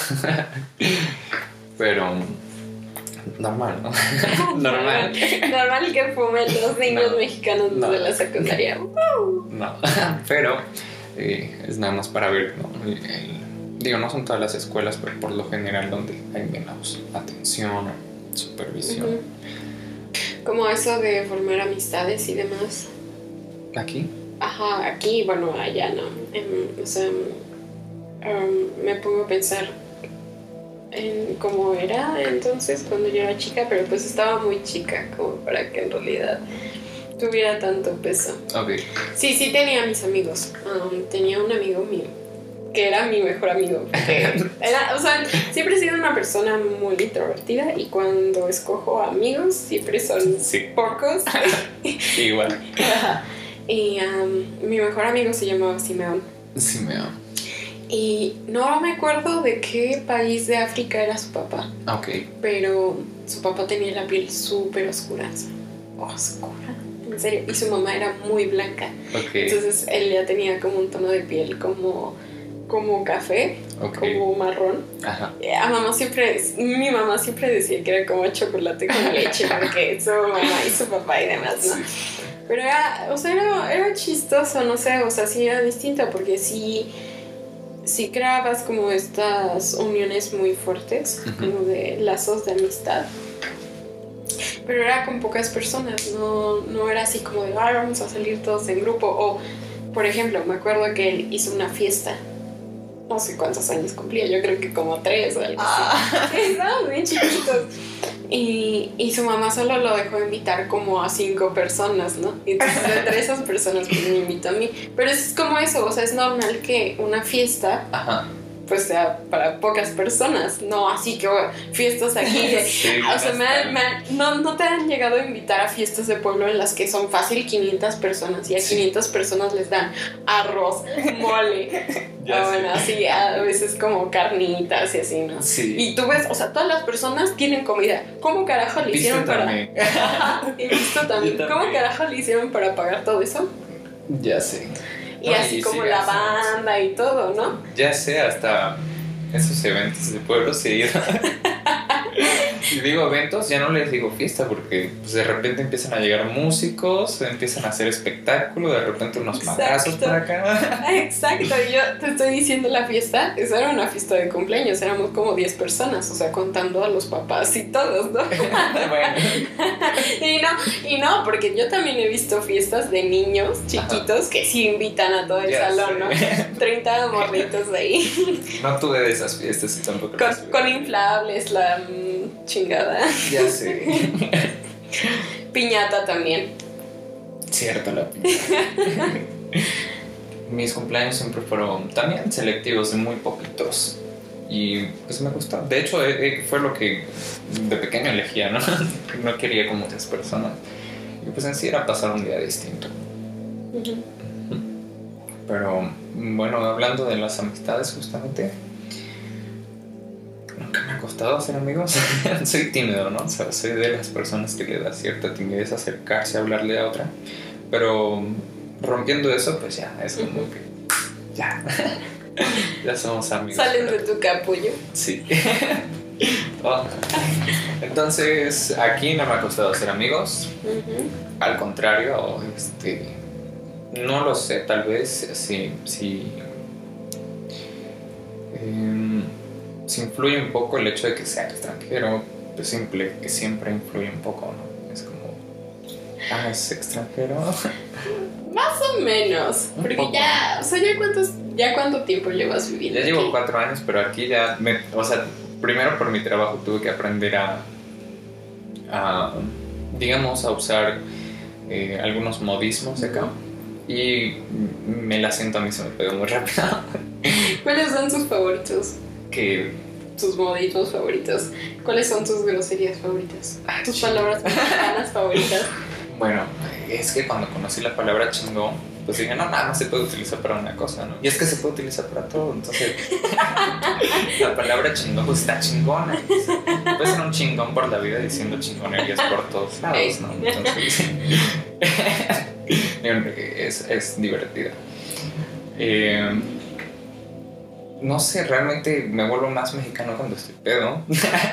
pero normal, ¿no? Normal.
Normal que fumen los niños
No,
mexicanos
no.
desde la secundaria.
No, pero eh, es nada más para ver, ¿no? El- el- digo, no son todas las escuelas, pero por lo general donde hay menos atención, supervisión.
Ujú. Como eso de formar amistades y demás.
Aquí,
Ajá, aquí, bueno, allá no. Em, o sea, em, me pongo a pensar en cómo era entonces cuando yo era chica, pero pues estaba muy chica como para que en realidad tuviera tanto peso.
ok,
Sí, sí tenía mis amigos. Um, tenía un amigo mío que era mi mejor amigo. porque Era, o sea, siempre he sido una persona muy introvertida y cuando escojo amigos siempre son
sí,
pocos.
igual,
Ajá. Y um, mi mejor amigo se llamaba Simeón.
sí me amo.
Y no me acuerdo de qué país de África era su papá,
Ok,
pero su papá tenía la piel súper oscura. Oscura, en serio. Y su mamá era muy blanca.
ok,
Entonces él ya tenía como un tono de piel como, como café,
ok,
como marrón.
ajá,
A mamá siempre, mi mamá siempre decía que era como chocolate con leche, porque su mamá y su papá y demás, ¿no?
sí,
Pero era, o sea, era, era chistoso, no sé, o sea, sí era distinto, porque sí, sí creabas como estas uniones muy fuertes,
Ujú.
como de lazos de amistad. Pero era con pocas personas, no, no era así como de, ah, vamos a salir todos en grupo. O, por ejemplo, me acuerdo que él hizo una fiesta, no sé cuántos años cumplía, yo creo que como tres o algo así. Sí, estábamos bien chiquitos. Y, y su mamá solo lo dejó invitar como a cinco personas, ¿no? Y entonces entre esas personas pues me invitó a mí. Pero es como eso, o sea, es normal que una fiesta
ajá,
pues sea para pocas personas, no así que oh, fiestas aquí de,
sí,
o sea, me han- me han- no, no te han llegado a invitar a fiestas de pueblo en las que son fácil quinientas personas y a
Sí.
quinientas personas les dan arroz, mole,
Ya
o
sé.
bueno, así a veces como carnitas y así, ¿no?
sí,
Y tú ves, o sea, todas las personas tienen comida. ¿Cómo carajo le
Viste
hicieron para...?
también.
Y visto también.
Yo
¿Cómo
también.
carajo le hicieron para pagar todo eso?
ya sé,
Y
No,
así
y
como
sí,
la
así es.
banda y todo, ¿no?
ya sé, hasta esos eventos de pueblo se ido. Y digo eventos, ya no les digo fiesta porque pues, de repente empiezan a llegar músicos, empiezan a hacer espectáculo, de repente unos
Exacto.
madrazos por acá.
Exacto, yo te estoy diciendo la fiesta, esa era una fiesta de cumpleaños, éramos como diez personas, o sea, contando a los papás y todos, ¿no?
Bueno,
Y no, y no, porque yo también he visto fiestas de niños chiquitos que sí invitan a todo el
Ya
salón, ¿no?
sé.
treinta morritos ahí,
no tuve de esas fiestas y tampoco las
con,
tuve.
con inflables, la mm, chingada.
Ya sé.
Piñata también.
Cierto, la piñata. Mis cumpleaños siempre fueron también selectivos, de muy poquitos. Y pues me gustó. De hecho, eh, eh, fue lo que de pequeño elegía, ¿no? No quería con muchas personas. Y pues en sí era pasar un día distinto.
Ujú.
Pero bueno, hablando de las amistades, justamente, nunca me ha costado hacer amigos. Soy tímido, ¿no? O sea, soy de las personas que le da cierta timidez acercarse a hablarle a otra. Pero rompiendo eso, pues ya, es como
Ujú.
que ya. Ya somos amigos.
Salen de tu capullo.
Sí. Oh. Entonces, aquí no me ha costado ser amigos.
Uh-huh.
Al contrario, este, no lo sé, tal vez sí, sí, eh, sí influye un poco el hecho de que sea extranjero, pues simple, que siempre influye un poco, ¿no? Es como, ah, es extranjero.
Más o menos,
Un
porque
poco.
ya, o sea, ¿ya, cuántos, ¿ya cuánto tiempo llevas viviendo
Ya llevo
aquí?
cuatro años, pero aquí ya, me, o sea, primero por mi trabajo tuve que aprender a, a digamos, a usar eh, algunos modismos de acá. Y me la siento a mí, se me pegó muy rápido.
¿Cuáles son tus favoritos?
Que,
Tus modismos favoritos. ¿Cuáles son tus groserías favoritas?
ah,
Tus
ching-
palabras mexicanas favoritas.
Bueno, es que cuando conocí la palabra chingón, pues dije, no, nada más se puede utilizar para una cosa, ¿no? Y es que se puede utilizar para todo, entonces la palabra chingón pues está chingona. Puedes ser un chingón por la vida diciendo chingonerías por todos lados, ¿no? Entonces, es, es divertida. Eh, no sé, realmente me vuelvo más mexicano cuando estoy pedo.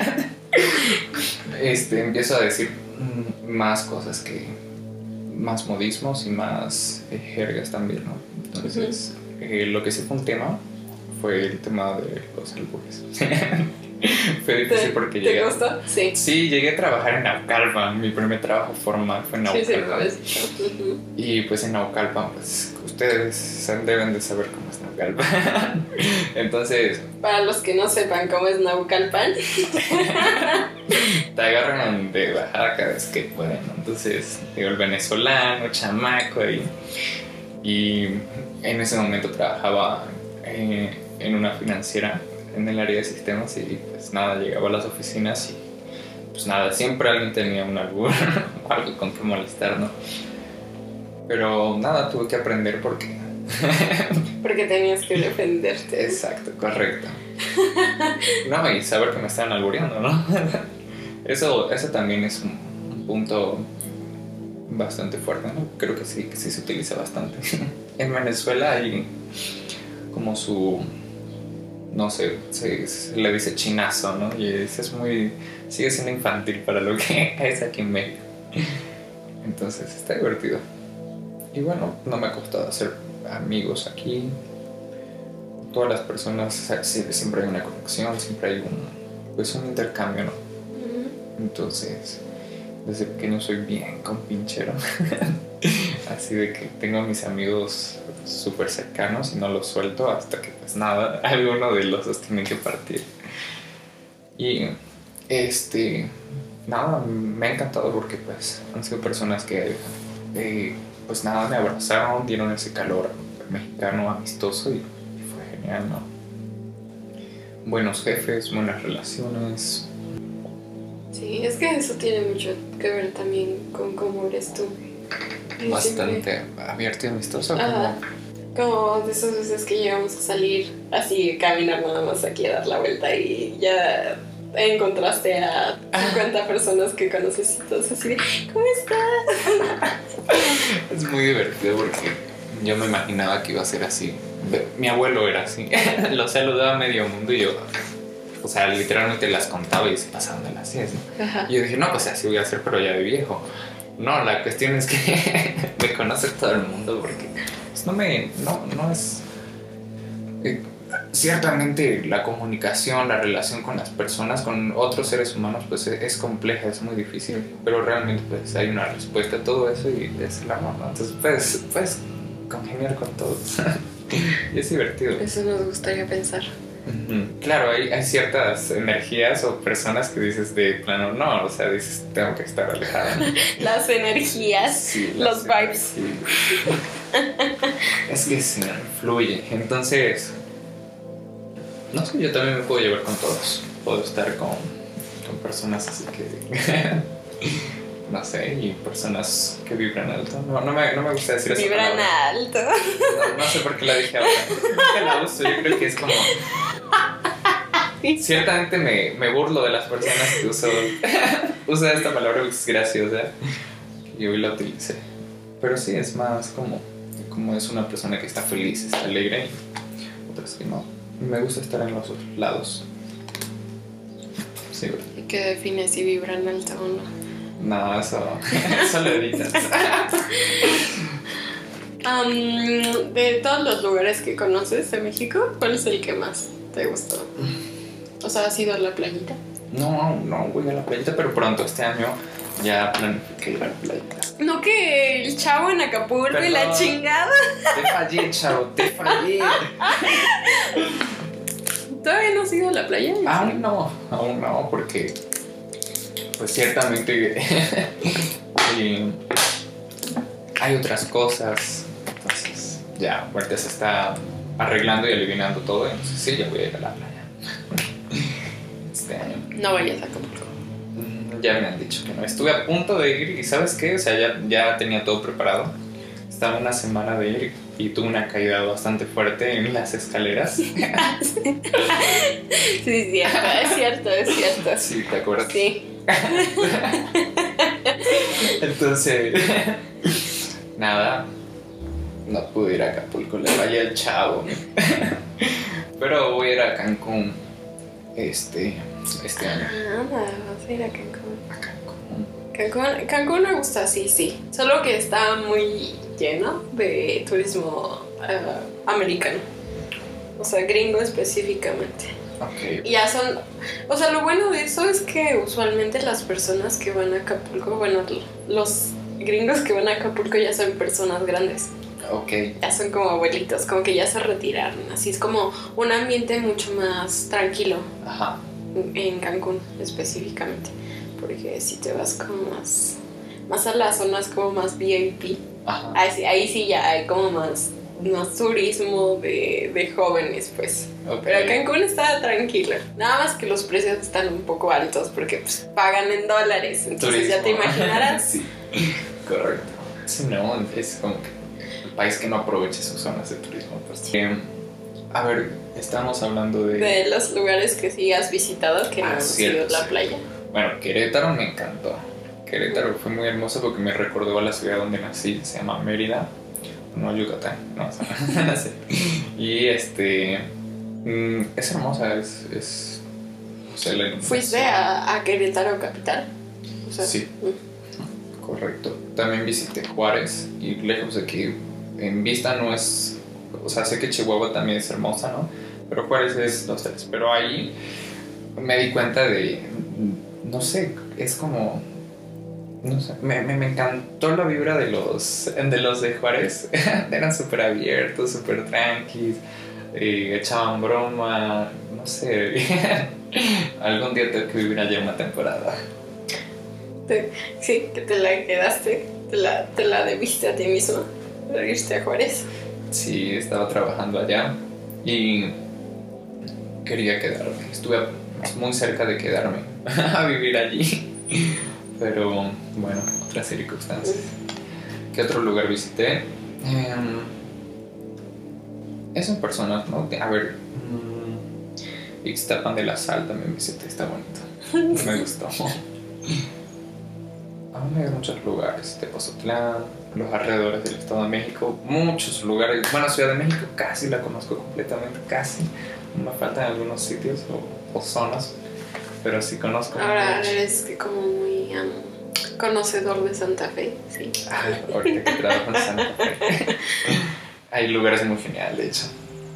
Este, empiezo a decir mm, más cosas que más modismos y más eh, jergas también, ¿no? Entonces, uh-huh. eh, lo que sí fue un tema fue el tema de los albures. Fue difícil porque
¿Te
llegué.
¿Te gustó? Sí.
Sí, llegué a trabajar en Naucalpan. Mi primer trabajo formal fue en Naucalpan.
Sí, sí, uh-huh.
Y pues en Naucalpan, pues ustedes deben de saber cómo es Naucalpan. Entonces,
para los que no sepan cómo es Naucalpan,
te agarran de bajada cada vez que pueden, ¿no? Entonces, digo, el venezolano, chamaco ahí. Y en ese momento trabajaba eh, en una financiera en el área de sistemas y pues nada, llegaba a las oficinas y pues nada, siempre alguien tenía un albur o algo con que molestar, ¿no? Pero nada, tuve que aprender porque...
porque tenías que defenderte.
Exacto, correcto. No, y saber que me estaban albureando, ¿no? Eso, eso también es un, un punto bastante fuerte, ¿no? Creo que sí, que sí se utiliza bastante. En Venezuela hay como su... no sé, se, se le dice chinazo, ¿no? Y eso es muy... sigue siendo infantil para lo que es aquí en México. Entonces está divertido. Y bueno, no me ha costado hacer amigos aquí. Todas las personas, siempre hay una conexión, siempre hay un, pues un intercambio, ¿no? Uh-huh. Entonces, desde pequeño soy bien compinchero. Así de que tengo a mis amigos súper cercanos y no los suelto hasta que pues nada, alguno de los dos tiene que partir. Y este, nada, me ha encantado porque pues han sido personas que eh, pues nada, me abrazaron, dieron ese calor mexicano amistoso y, y fue genial, ¿no? Buenos jefes, buenas relaciones.
Sí, es que eso tiene mucho que ver también con cómo eres tú.
Bastante
siempre...
abierto y amistoso.
Ajá. Como de esas veces que llegamos a salir así, caminar nada más aquí a dar la vuelta y ya encontraste a cincuenta personas que conoces y todos así de ¿cómo estás?
Es muy divertido porque yo me imaginaba que iba a ser así. Mi abuelo era así. Lo saludaba a medio mundo y yo, o sea, literalmente las contaba y se pasaban de las diez, ¿no? Ajá. Y yo dije, no, pues así voy a hacer, pero ya de viejo. No, la cuestión es que me conoce todo el mundo porque pues, no me, no, no es... Eh, ciertamente la comunicación, la relación con las personas, con otros seres humanos, pues es, es compleja, es muy difícil, pero realmente pues hay una respuesta a todo eso y es el amor, ¿no? Entonces puedes, puedes congeniar con todos y es divertido.
Eso nos gustaría pensar.
Uh-huh. Claro, hay, hay ciertas energías o personas que dices de plano no, o sea, dices tengo que estar alejada.
Las energías, sí, los las vibes.
Es que sí, fluye. Entonces, no sé, yo también me puedo llevar con todos. Puedo estar con, con personas así que no sé, y personas que vibran alto. No, no, me, no me gusta decir eso.
Vibran alto.
No, no sé por qué la dije ahora. Nunca la uso, yo creo que es como... Ciertamente me, me burlo de las personas que uso, usa esta palabra que es graciosa y hoy la utilicé. Pero sí, es más como, como es una persona que está feliz, está alegre y otras así, ¿no? Me gusta estar en los otros lados. Sí, güey.
¿Y qué define si vibran alto o no?
No, eso, eso lo editas.
Um, de todos los lugares que conoces de México, ¿cuál es el que más te gustó? O sea, ¿has ido a la playita?
No, no voy a la playita, pero pronto este año ya planifiqué ir a la playita.
No, que el chavo en Acapulco
Perdón.
y la chingada.
Te fallé, chavo, te fallé.
¿Todavía no has ido a la playa?
Aún no, aún no, porque pues ciertamente y hay otras cosas. Entonces ya, ahorita se está arreglando y aliviando todo. Entonces sí, ya voy a ir a la playa este año.
No vayas a Acapulco.
Ya me han dicho que no. Estuve a punto de ir y ¿sabes qué? O sea, ya, ya tenía todo preparado. Estaba una semana de ir y tuve una caída bastante fuerte en las escaleras.
Sí, es cierto, es cierto, es cierto.
Sí, ¿te acuerdas?
Sí.
Entonces, nada, no pude ir a Acapulco, le fallé al chavo. Pero voy a ir a Cancún este, este año.
Ah, vas a ir a Cancún.
A Cancún.
Cancún. Cancún me gusta, sí, sí. Solo que está muy lleno de turismo uh, americano. O sea, gringo específicamente.
Ok.
Y ya son... O sea, lo bueno de eso es que usualmente las personas que van a Acapulco, bueno, los gringos que van a Acapulco ya son personas grandes.
Ok.
Ya son como abuelitos, como que ya se retiraron. Así es como un ambiente mucho más tranquilo.
Ajá.
En Cancún específicamente. Porque si te vas como más... Más a las zonas como más V I P.
Ajá.
Ahí, sí- ahí sí ya hay como más... Más turismo de, de jóvenes, pues.
Okay.
Pero Cancún está tranquilo. Nada más que los precios están un poco altos porque pues, pagan en dólares. Entonces
Turismo.
ya te imaginarás.
Sí, correcto. Sí, no, es como que el país que no aproveche sus zonas de turismo. Pues. Eh, a ver, estamos hablando de...
De los lugares que sí has visitado, que no
Ah,
han
cierto,
sido la
sí.
playa.
Bueno, Querétaro me encantó. Querétaro fue muy hermoso porque me recordó a la ciudad donde nací. Se llama Mérida. No, Yucatán, no, o sea, no sé. Y este... mm, es hermosa, es... es o sea, la iluminación.
¿Fuiste a, a Querétaro capital? O sea,
Sí.
mm.
Correcto. También visité Juárez y lejos de que en vista no es... O sea, sé que Chihuahua también es hermosa, ¿no? Pero Juárez es los tres. Pero ahí me di cuenta de... No sé, es como... No sé, me, me, me encantó la vibra de los de, los de Juárez. Eran súper abiertos, súper tranquis, eh, echaban broma, no sé. Algún día tengo que vivir allá una temporada.
Te- sí, que te la quedaste, te la, te la debiste a ti mismo, de irte a Juárez.
Sí, estaba trabajando allá y quería quedarme. Estuve muy cerca de quedarme a vivir allí. Pero bueno, otras circunstancias. ¿Qué otro lugar visité? Eh, es en personas, ¿no? A ver, mmm, Ixtapan de la Sal también visité, está bonito. Me gustó. Aún hay muchos lugares, Tepozotlán, los alrededores del Estado de México, muchos lugares. Bueno, Ciudad de México casi la conozco completamente, casi. Me faltan algunos sitios o, o zonas, pero sí conozco.
Ahora
mucho.
eres que como muy um, conocedor de Santa Fe, sí.
Ah, ahorita que trabajo en Santa Fe. Hay lugares muy geniales, de hecho.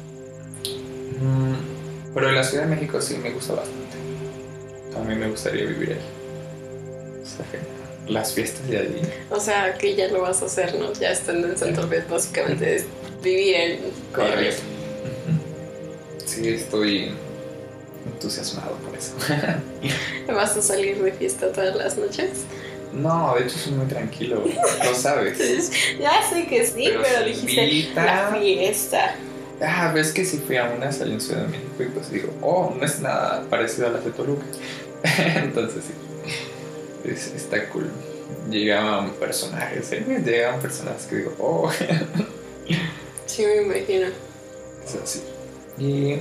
Mm, pero la Ciudad de México sí me gusta bastante. También me gustaría vivir ahí. Está genial. Las fiestas de allí.
O sea, que ya lo vas a hacer, ¿no? Ya estando en Santa Fe, básicamente es vivir en
Correcto. Sí, estoy entusiasmado por eso.
¿Vas a salir de fiesta todas las noches?
No, de hecho soy muy tranquilo, lo sabes.
Ya sé que sí, pero,
Pero
dijiste
invita.
la fiesta.
Ah, ves que si fui a una salí en Ciudad de México y pues digo, oh, no es nada parecido a las de Toluca. Entonces sí, es, está cool. Llegaban personajes, ¿eh? Llegaban personajes que digo, oh.
Sí, me imagino.
Es así. Y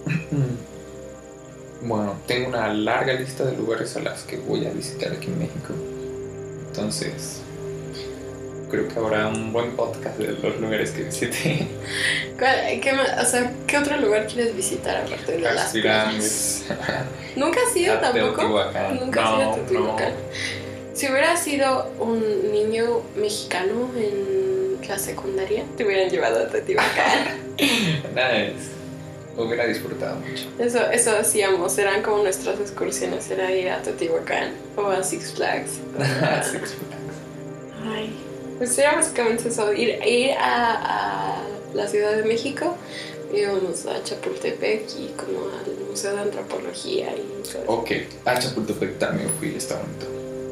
bueno, tengo una larga lista de lugares a las que voy a visitar aquí en México. Entonces, creo que habrá un buen podcast de los lugares que visité.
¿Qué, o sea, ¿qué otro lugar quieres visitar aparte de las
pirámides?
¿Nunca has ido tampoco?
Teotihuacán.
Nunca
no,
has ido a Teotihuacán.
No.
Si hubieras sido un niño mexicano en la secundaria, te hubieran llevado a Teotihuacán.
Nice. Hubiera disfrutado mucho.
Eso, eso hacíamos, eran como nuestras excursiones, era ir a Teotihuacán o a Six Flags.
Six Flags.
Ay, pues era básicamente eso, ir, ir a, a la Ciudad de México, íbamos a Chapultepec y como al Museo de Antropología y todo eso.
Ok, a Chapultepec también fui, está bonito.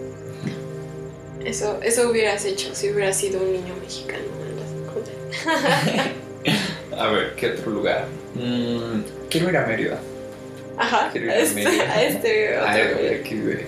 Eso, eso hubieras hecho si hubieras sido un niño mexicano en la secundaria.
A ver, ¿qué otro lugar? Mm, quiero ir a Mérida.
Ajá,
quiero ir
a
a
este,
Mérida.
a este otro
A
lugar.
X D.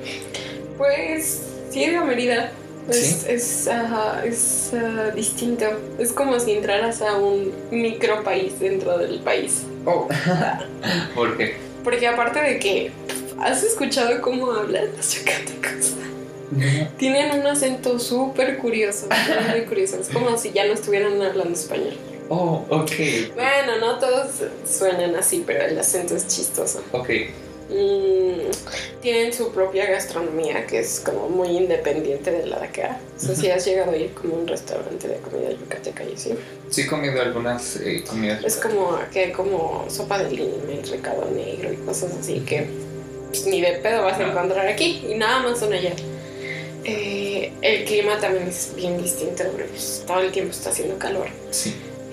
Pues sí, he ido a Mérida. Es,
¿Sí?
es, ajá, es uh, distinto. Es como si entraras a un micro país dentro del país.
Oh. ¿Por qué?
Porque aparte de que, ¿has escuchado cómo hablan los yucatecos?
No.
Tienen un acento súper curioso, muy curioso. Es como si ya no estuvieran hablando español.
Oh, ok.
Bueno, no todos suenan así, pero el acento es chistoso.
Ok.
Mm, tienen su propia gastronomía que es como muy independiente de la de acá. O sea, si has llegado a ir como a un restaurante de comida yucateca y así.
Sí he comido algunas eh, comidas.
Es como que hay como sopa de lima y recado negro y cosas así que pues, ni de pedo vas a encontrar aquí y nada más son allá. Eh, el clima también es bien distinto porque pues, todo el tiempo está haciendo calor.
Sí.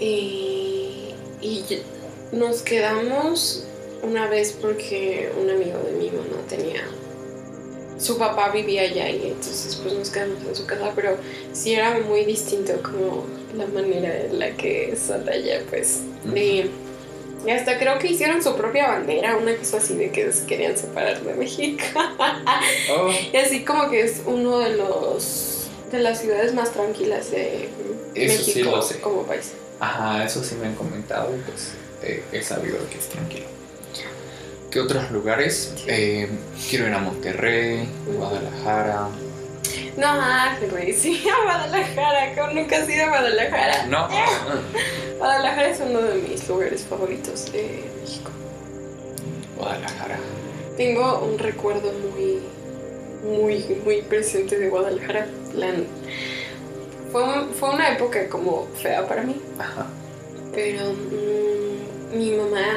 Y, y nos quedamos una vez porque un amigo de mi mamá tenía, su papá vivía allá y entonces pues nos quedamos en su casa, pero sí era muy distinto como la manera en la que son allá, pues. Uh-huh. Y, y hasta creo que hicieron su propia bandera, una cosa así de que se querían separar de México. Oh. Y así como que es uno de los de las ciudades más tranquilas de
Eso
México
sí lo sé.
como país.
Ajá, eso sí me han comentado y pues eh, he sabido que es tranquilo. ¿Qué otros lugares? Sí. Eh, quiero ir a Monterrey, Guadalajara.
No, güey, sí, a Guadalajara, que nunca has ido a Guadalajara.
No.
Guadalajara es uno de mis lugares favoritos de México.
Guadalajara.
Tengo un recuerdo muy, muy, muy presente de Guadalajara. La, fue, fue una época como fea para mí.
Ajá.
Pero mmm, mi mamá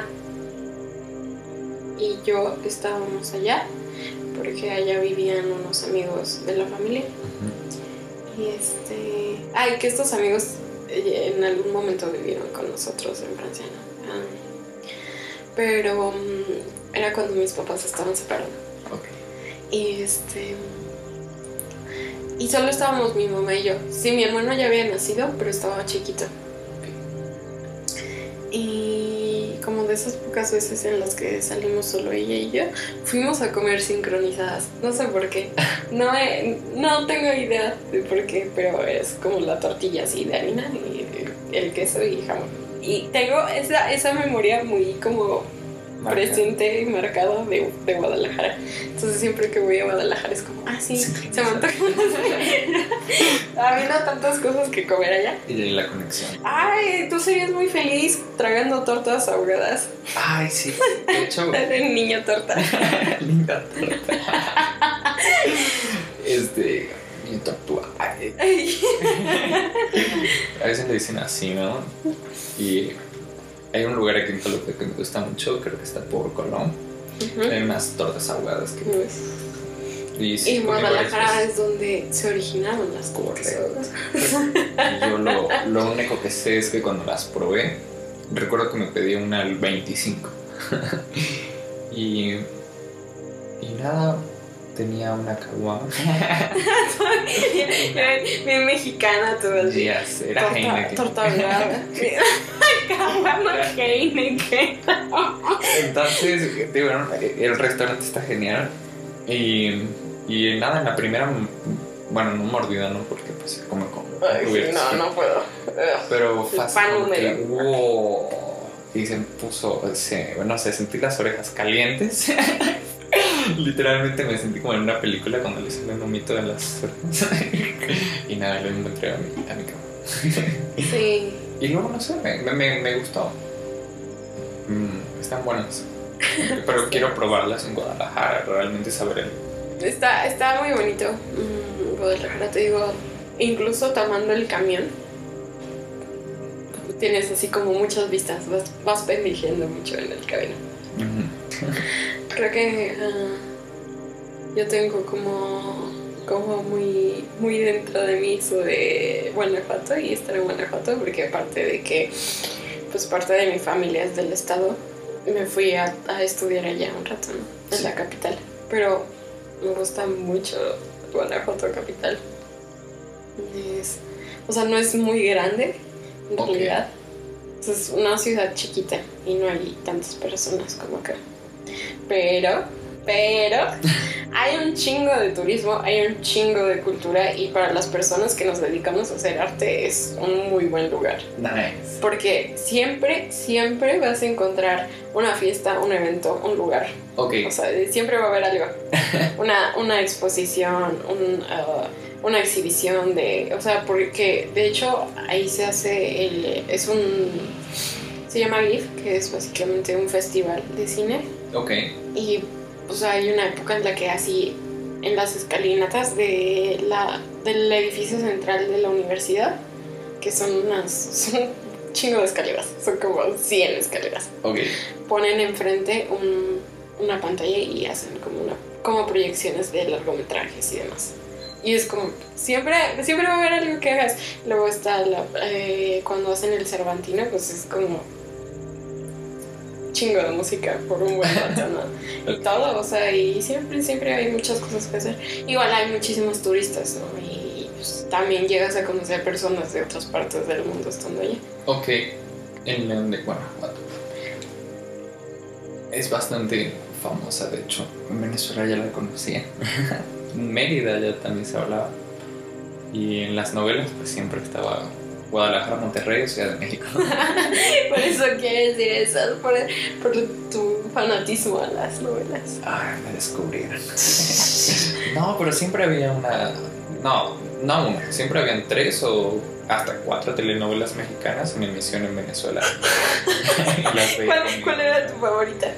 y yo estábamos allá porque allá vivían unos amigos de la familia. Uh-huh. Y este... Ay, que estos amigos en algún momento vivieron con nosotros en Francia, ¿no? Um, pero um, era cuando mis papás estaban separados.
Okay.
Y este... Y solo estábamos mi mamá y yo. Sí, mi hermano ya había nacido, pero estaba chiquito. Okay. Y como de esas pocas veces en las que salimos solo ella y yo, fuimos a comer sincronizadas. No sé por qué. No, he, no tengo idea de por qué, pero es como la tortilla así de harina y el queso y jamón. Y tengo esa, esa memoria muy como Marca. presente y marcada de, de Guadalajara. Entonces siempre que voy a Guadalajara es como, ah, sí, sí se me antoja. Habiendo tantas cosas que comer allá.
Y de ahí la conexión.
Ay, tú serías muy feliz tragando tortas ahogadas.
Ay, sí. De hecho...
El niño torta.
Linda torta. Este... Niño tortuga. A veces le dicen así, ¿no? Y... hay un lugar aquí en Toluca que me gusta mucho, creo que está por Colón. Uh-huh. Hay unas tortas ahogadas que...
Uh-huh. Y, sí, y Guadalajara es donde se originaron las tortas ahogadas.
Y yo lo, lo único que sé es que cuando las probé, recuerdo que me pedí una al veinticinco. y... y nada... tenía una caguama.
Bien mexicana tú así.
Yes, era Heineken.
Torta ahogada. Caguama Heineken.
Entonces, digo, el restaurante está genial. Y, y nada, en la primera, bueno, no mordida, ¿no? Porque pues se come con...
Ay, sí, no, no puedo.
Pero fácil. Que, wow, y se puso, se, no sé, sentí las orejas calientes. Literalmente me sentí como en una película cuando le sale un humito de las orejas. Y nada, lo encontré a mi, a mi cama.
Sí.
Y luego, no sé, me, me, me gustó. Mm, están buenas. Pero sí, quiero probarlas en Guadalajara, realmente saber el...
Está, está muy bonito. Mm, Guadalajara, te digo, incluso tomando el camión, tienes así como muchas vistas, vas, vas pendigiendo mucho en el camino. Uh-huh. Creo que uh, yo tengo como, como muy, muy dentro de mí eso de Guanajuato y estar en Guanajuato, porque aparte de que pues parte de mi familia es del estado, me fui a, a estudiar allá un rato, ¿no? En la capital, pero me gusta mucho Guanajuato capital. Es, o sea, no es muy grande en okay. realidad. Es una ciudad chiquita y no hay tantas personas como acá. Pero, pero, hay un chingo de turismo, hay un chingo de cultura y para las personas que nos dedicamos a hacer arte es un muy buen lugar.
Nice.
Porque siempre, siempre vas a encontrar una fiesta, un evento, un lugar.
Ok.
O sea, siempre va a haber algo. Una, una exposición, un... Uh, una exhibición de, o sea, porque de hecho ahí se hace el, es un, se llama G I F, que es básicamente un festival de cine.
Ok.
Y, o sea, hay una época en la que así, en las escalinatas de la, del edificio central de la universidad, que son unas, son un chingo de escaleras, son como cien escaleras.
Ok.
Ponen enfrente un, una pantalla y hacen como una, como proyecciones de largometrajes y demás. Y es como, siempre, siempre va a haber algo que hagas. Luego está la, eh, cuando hacen el Cervantino, pues es como chingo de música por un buen rato, ¿no? Y todo, o sea, y siempre, siempre hay muchas cosas que hacer. Igual hay muchísimos turistas, ¿no? Y pues, también llegas a conocer personas de otras partes del mundo estando allá.
Ok, en León de Guanajuato. Es bastante famosa, de hecho. En Venezuela ya la conocía. En Mérida ya también se hablaba. Y en las novelas pues siempre estaba Guadalajara, Monterrey o Ciudad de México.
Por eso quieres decir eso, por, por tu fanatismo a las novelas.
Ay, me descubrieron. No, pero siempre había una... No, no una. Siempre habían tres o hasta cuatro telenovelas mexicanas en emisión en Venezuela.
¿Cuál, ¿Cuál era tu favorita?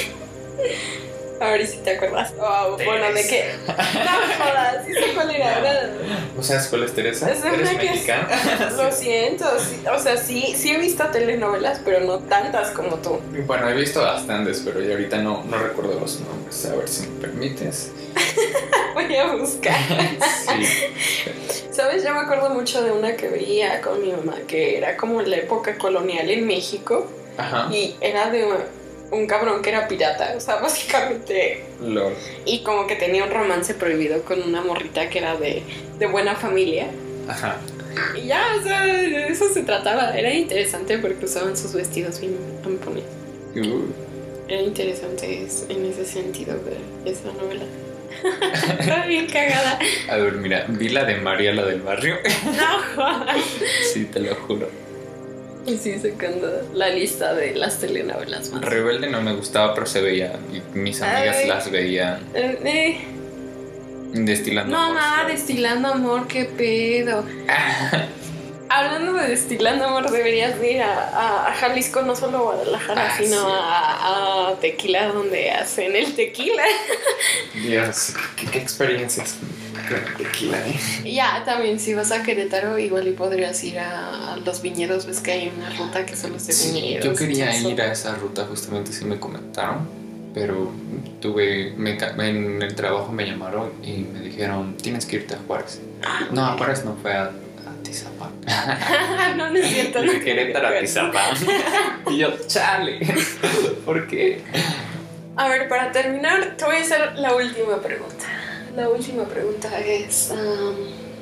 A ver si te acuerdas. Oh, bueno, ¿de qué? No jodas, sí sé cuál era.
No. ¿No sabes cuál es Teresa?
Es
¿Eres mexicana?
Lo siento, sí, o sea, sí, sí he visto telenovelas, pero no tantas como tú.
Bueno, he visto bastantes, pero ya ahorita no, no recuerdo los nombres. A ver si me permites.
Voy a buscar.
Sí.
¿Sabes? Yo me acuerdo mucho de una que veía con mi mamá, que era como en la época colonial en México.
Ajá.
Y era de un cabrón que era pirata, o sea, básicamente.
Lol.
Y como que tenía un romance prohibido con una morrita que era de, de buena familia.
Ajá.
Y ya, o sea, de eso se trataba. Era interesante porque usaban sus vestidos bien ampones.
Uh.
Era interesante en ese sentido ver esa novela. Estaba bien cagada.
A ver, mira, vi la de María, la del barrio.
No jodas.
Sí, te lo juro.
Y sí, sacando la lista de las telenovelas más.
Rebelde no me gustaba, pero se veía. Y mis amigas Ay. las veían.
Eh, eh.
Destilando
no,
amor.
No, nada, Destilando Amor, qué pedo. Hablando de Destilando Amor, deberías ir a, a, a Jalisco, no solo a Guadalajara, ah, sino sí. a, a Tequila, donde hacen el tequila.
Dios, qué, qué experiencias con el tequila, ¿eh?
Ya, también si vas a Querétaro, igual y podrías ir a, a los viñedos, ves que hay una ruta que son los de
sí,
viñedos.
Yo quería ir a esa ruta, justamente sí me comentaron, pero tuve, me, en el trabajo me llamaron y me dijeron, tienes que irte a Juárez.
Ah,
no, a Juárez no, fue a Atizapán.
No, no es cierto.
De Querétaro a Atizapán. Y yo, chale. ¿Por qué?
A ver, para terminar, te voy a hacer la última pregunta. La última pregunta es... Um,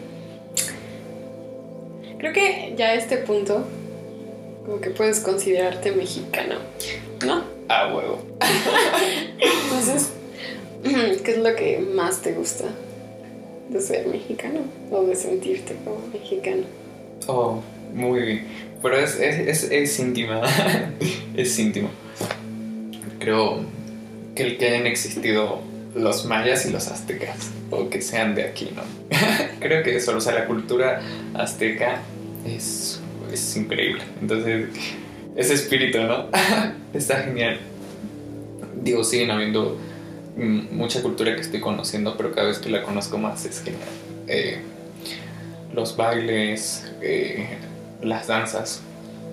creo que ya a este punto, como que puedes considerarte mexicano, ¿no?
Ah, huevo.
Entonces, ¿qué es lo que más te gusta de ser mexicano o de sentirte como mexicano?
Oh, muy bien. Pero es, es, es, es íntima. Es íntimo. Creo que el que hayan existido los mayas y los aztecas, o que sean de aquí, ¿no? Creo que eso, o sea, la cultura azteca es, es increíble. Entonces, ese espíritu, ¿no? Está genial. Digo, siguen habiendo mucha cultura que estoy conociendo, pero cada vez que la conozco más es genial. Eh, los bailes, eh, las danzas.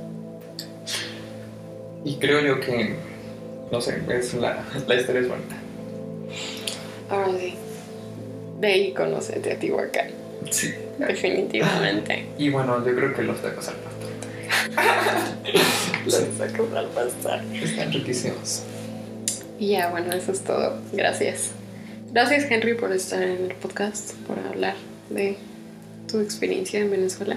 Y creo yo que, no sé, es la, la historia es bonita.
Ahora sí, de ahí conoce Teotihuacán.
Sí.
Definitivamente.
Y bueno, yo creo que los tacos al pastor.
Los tacos al pastor.
Están riquísimos.
Y ya, bueno, eso es todo. Gracias. Gracias, Henry, por estar en el podcast, por hablar de tu experiencia en Venezuela.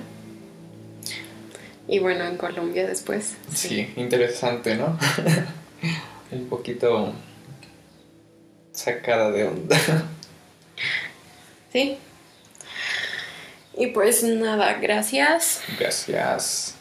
Y bueno, en Colombia después.
Sí, sí, interesante, ¿no? Un poquito sacada de onda.
Sí. Y pues nada, gracias.
Gracias.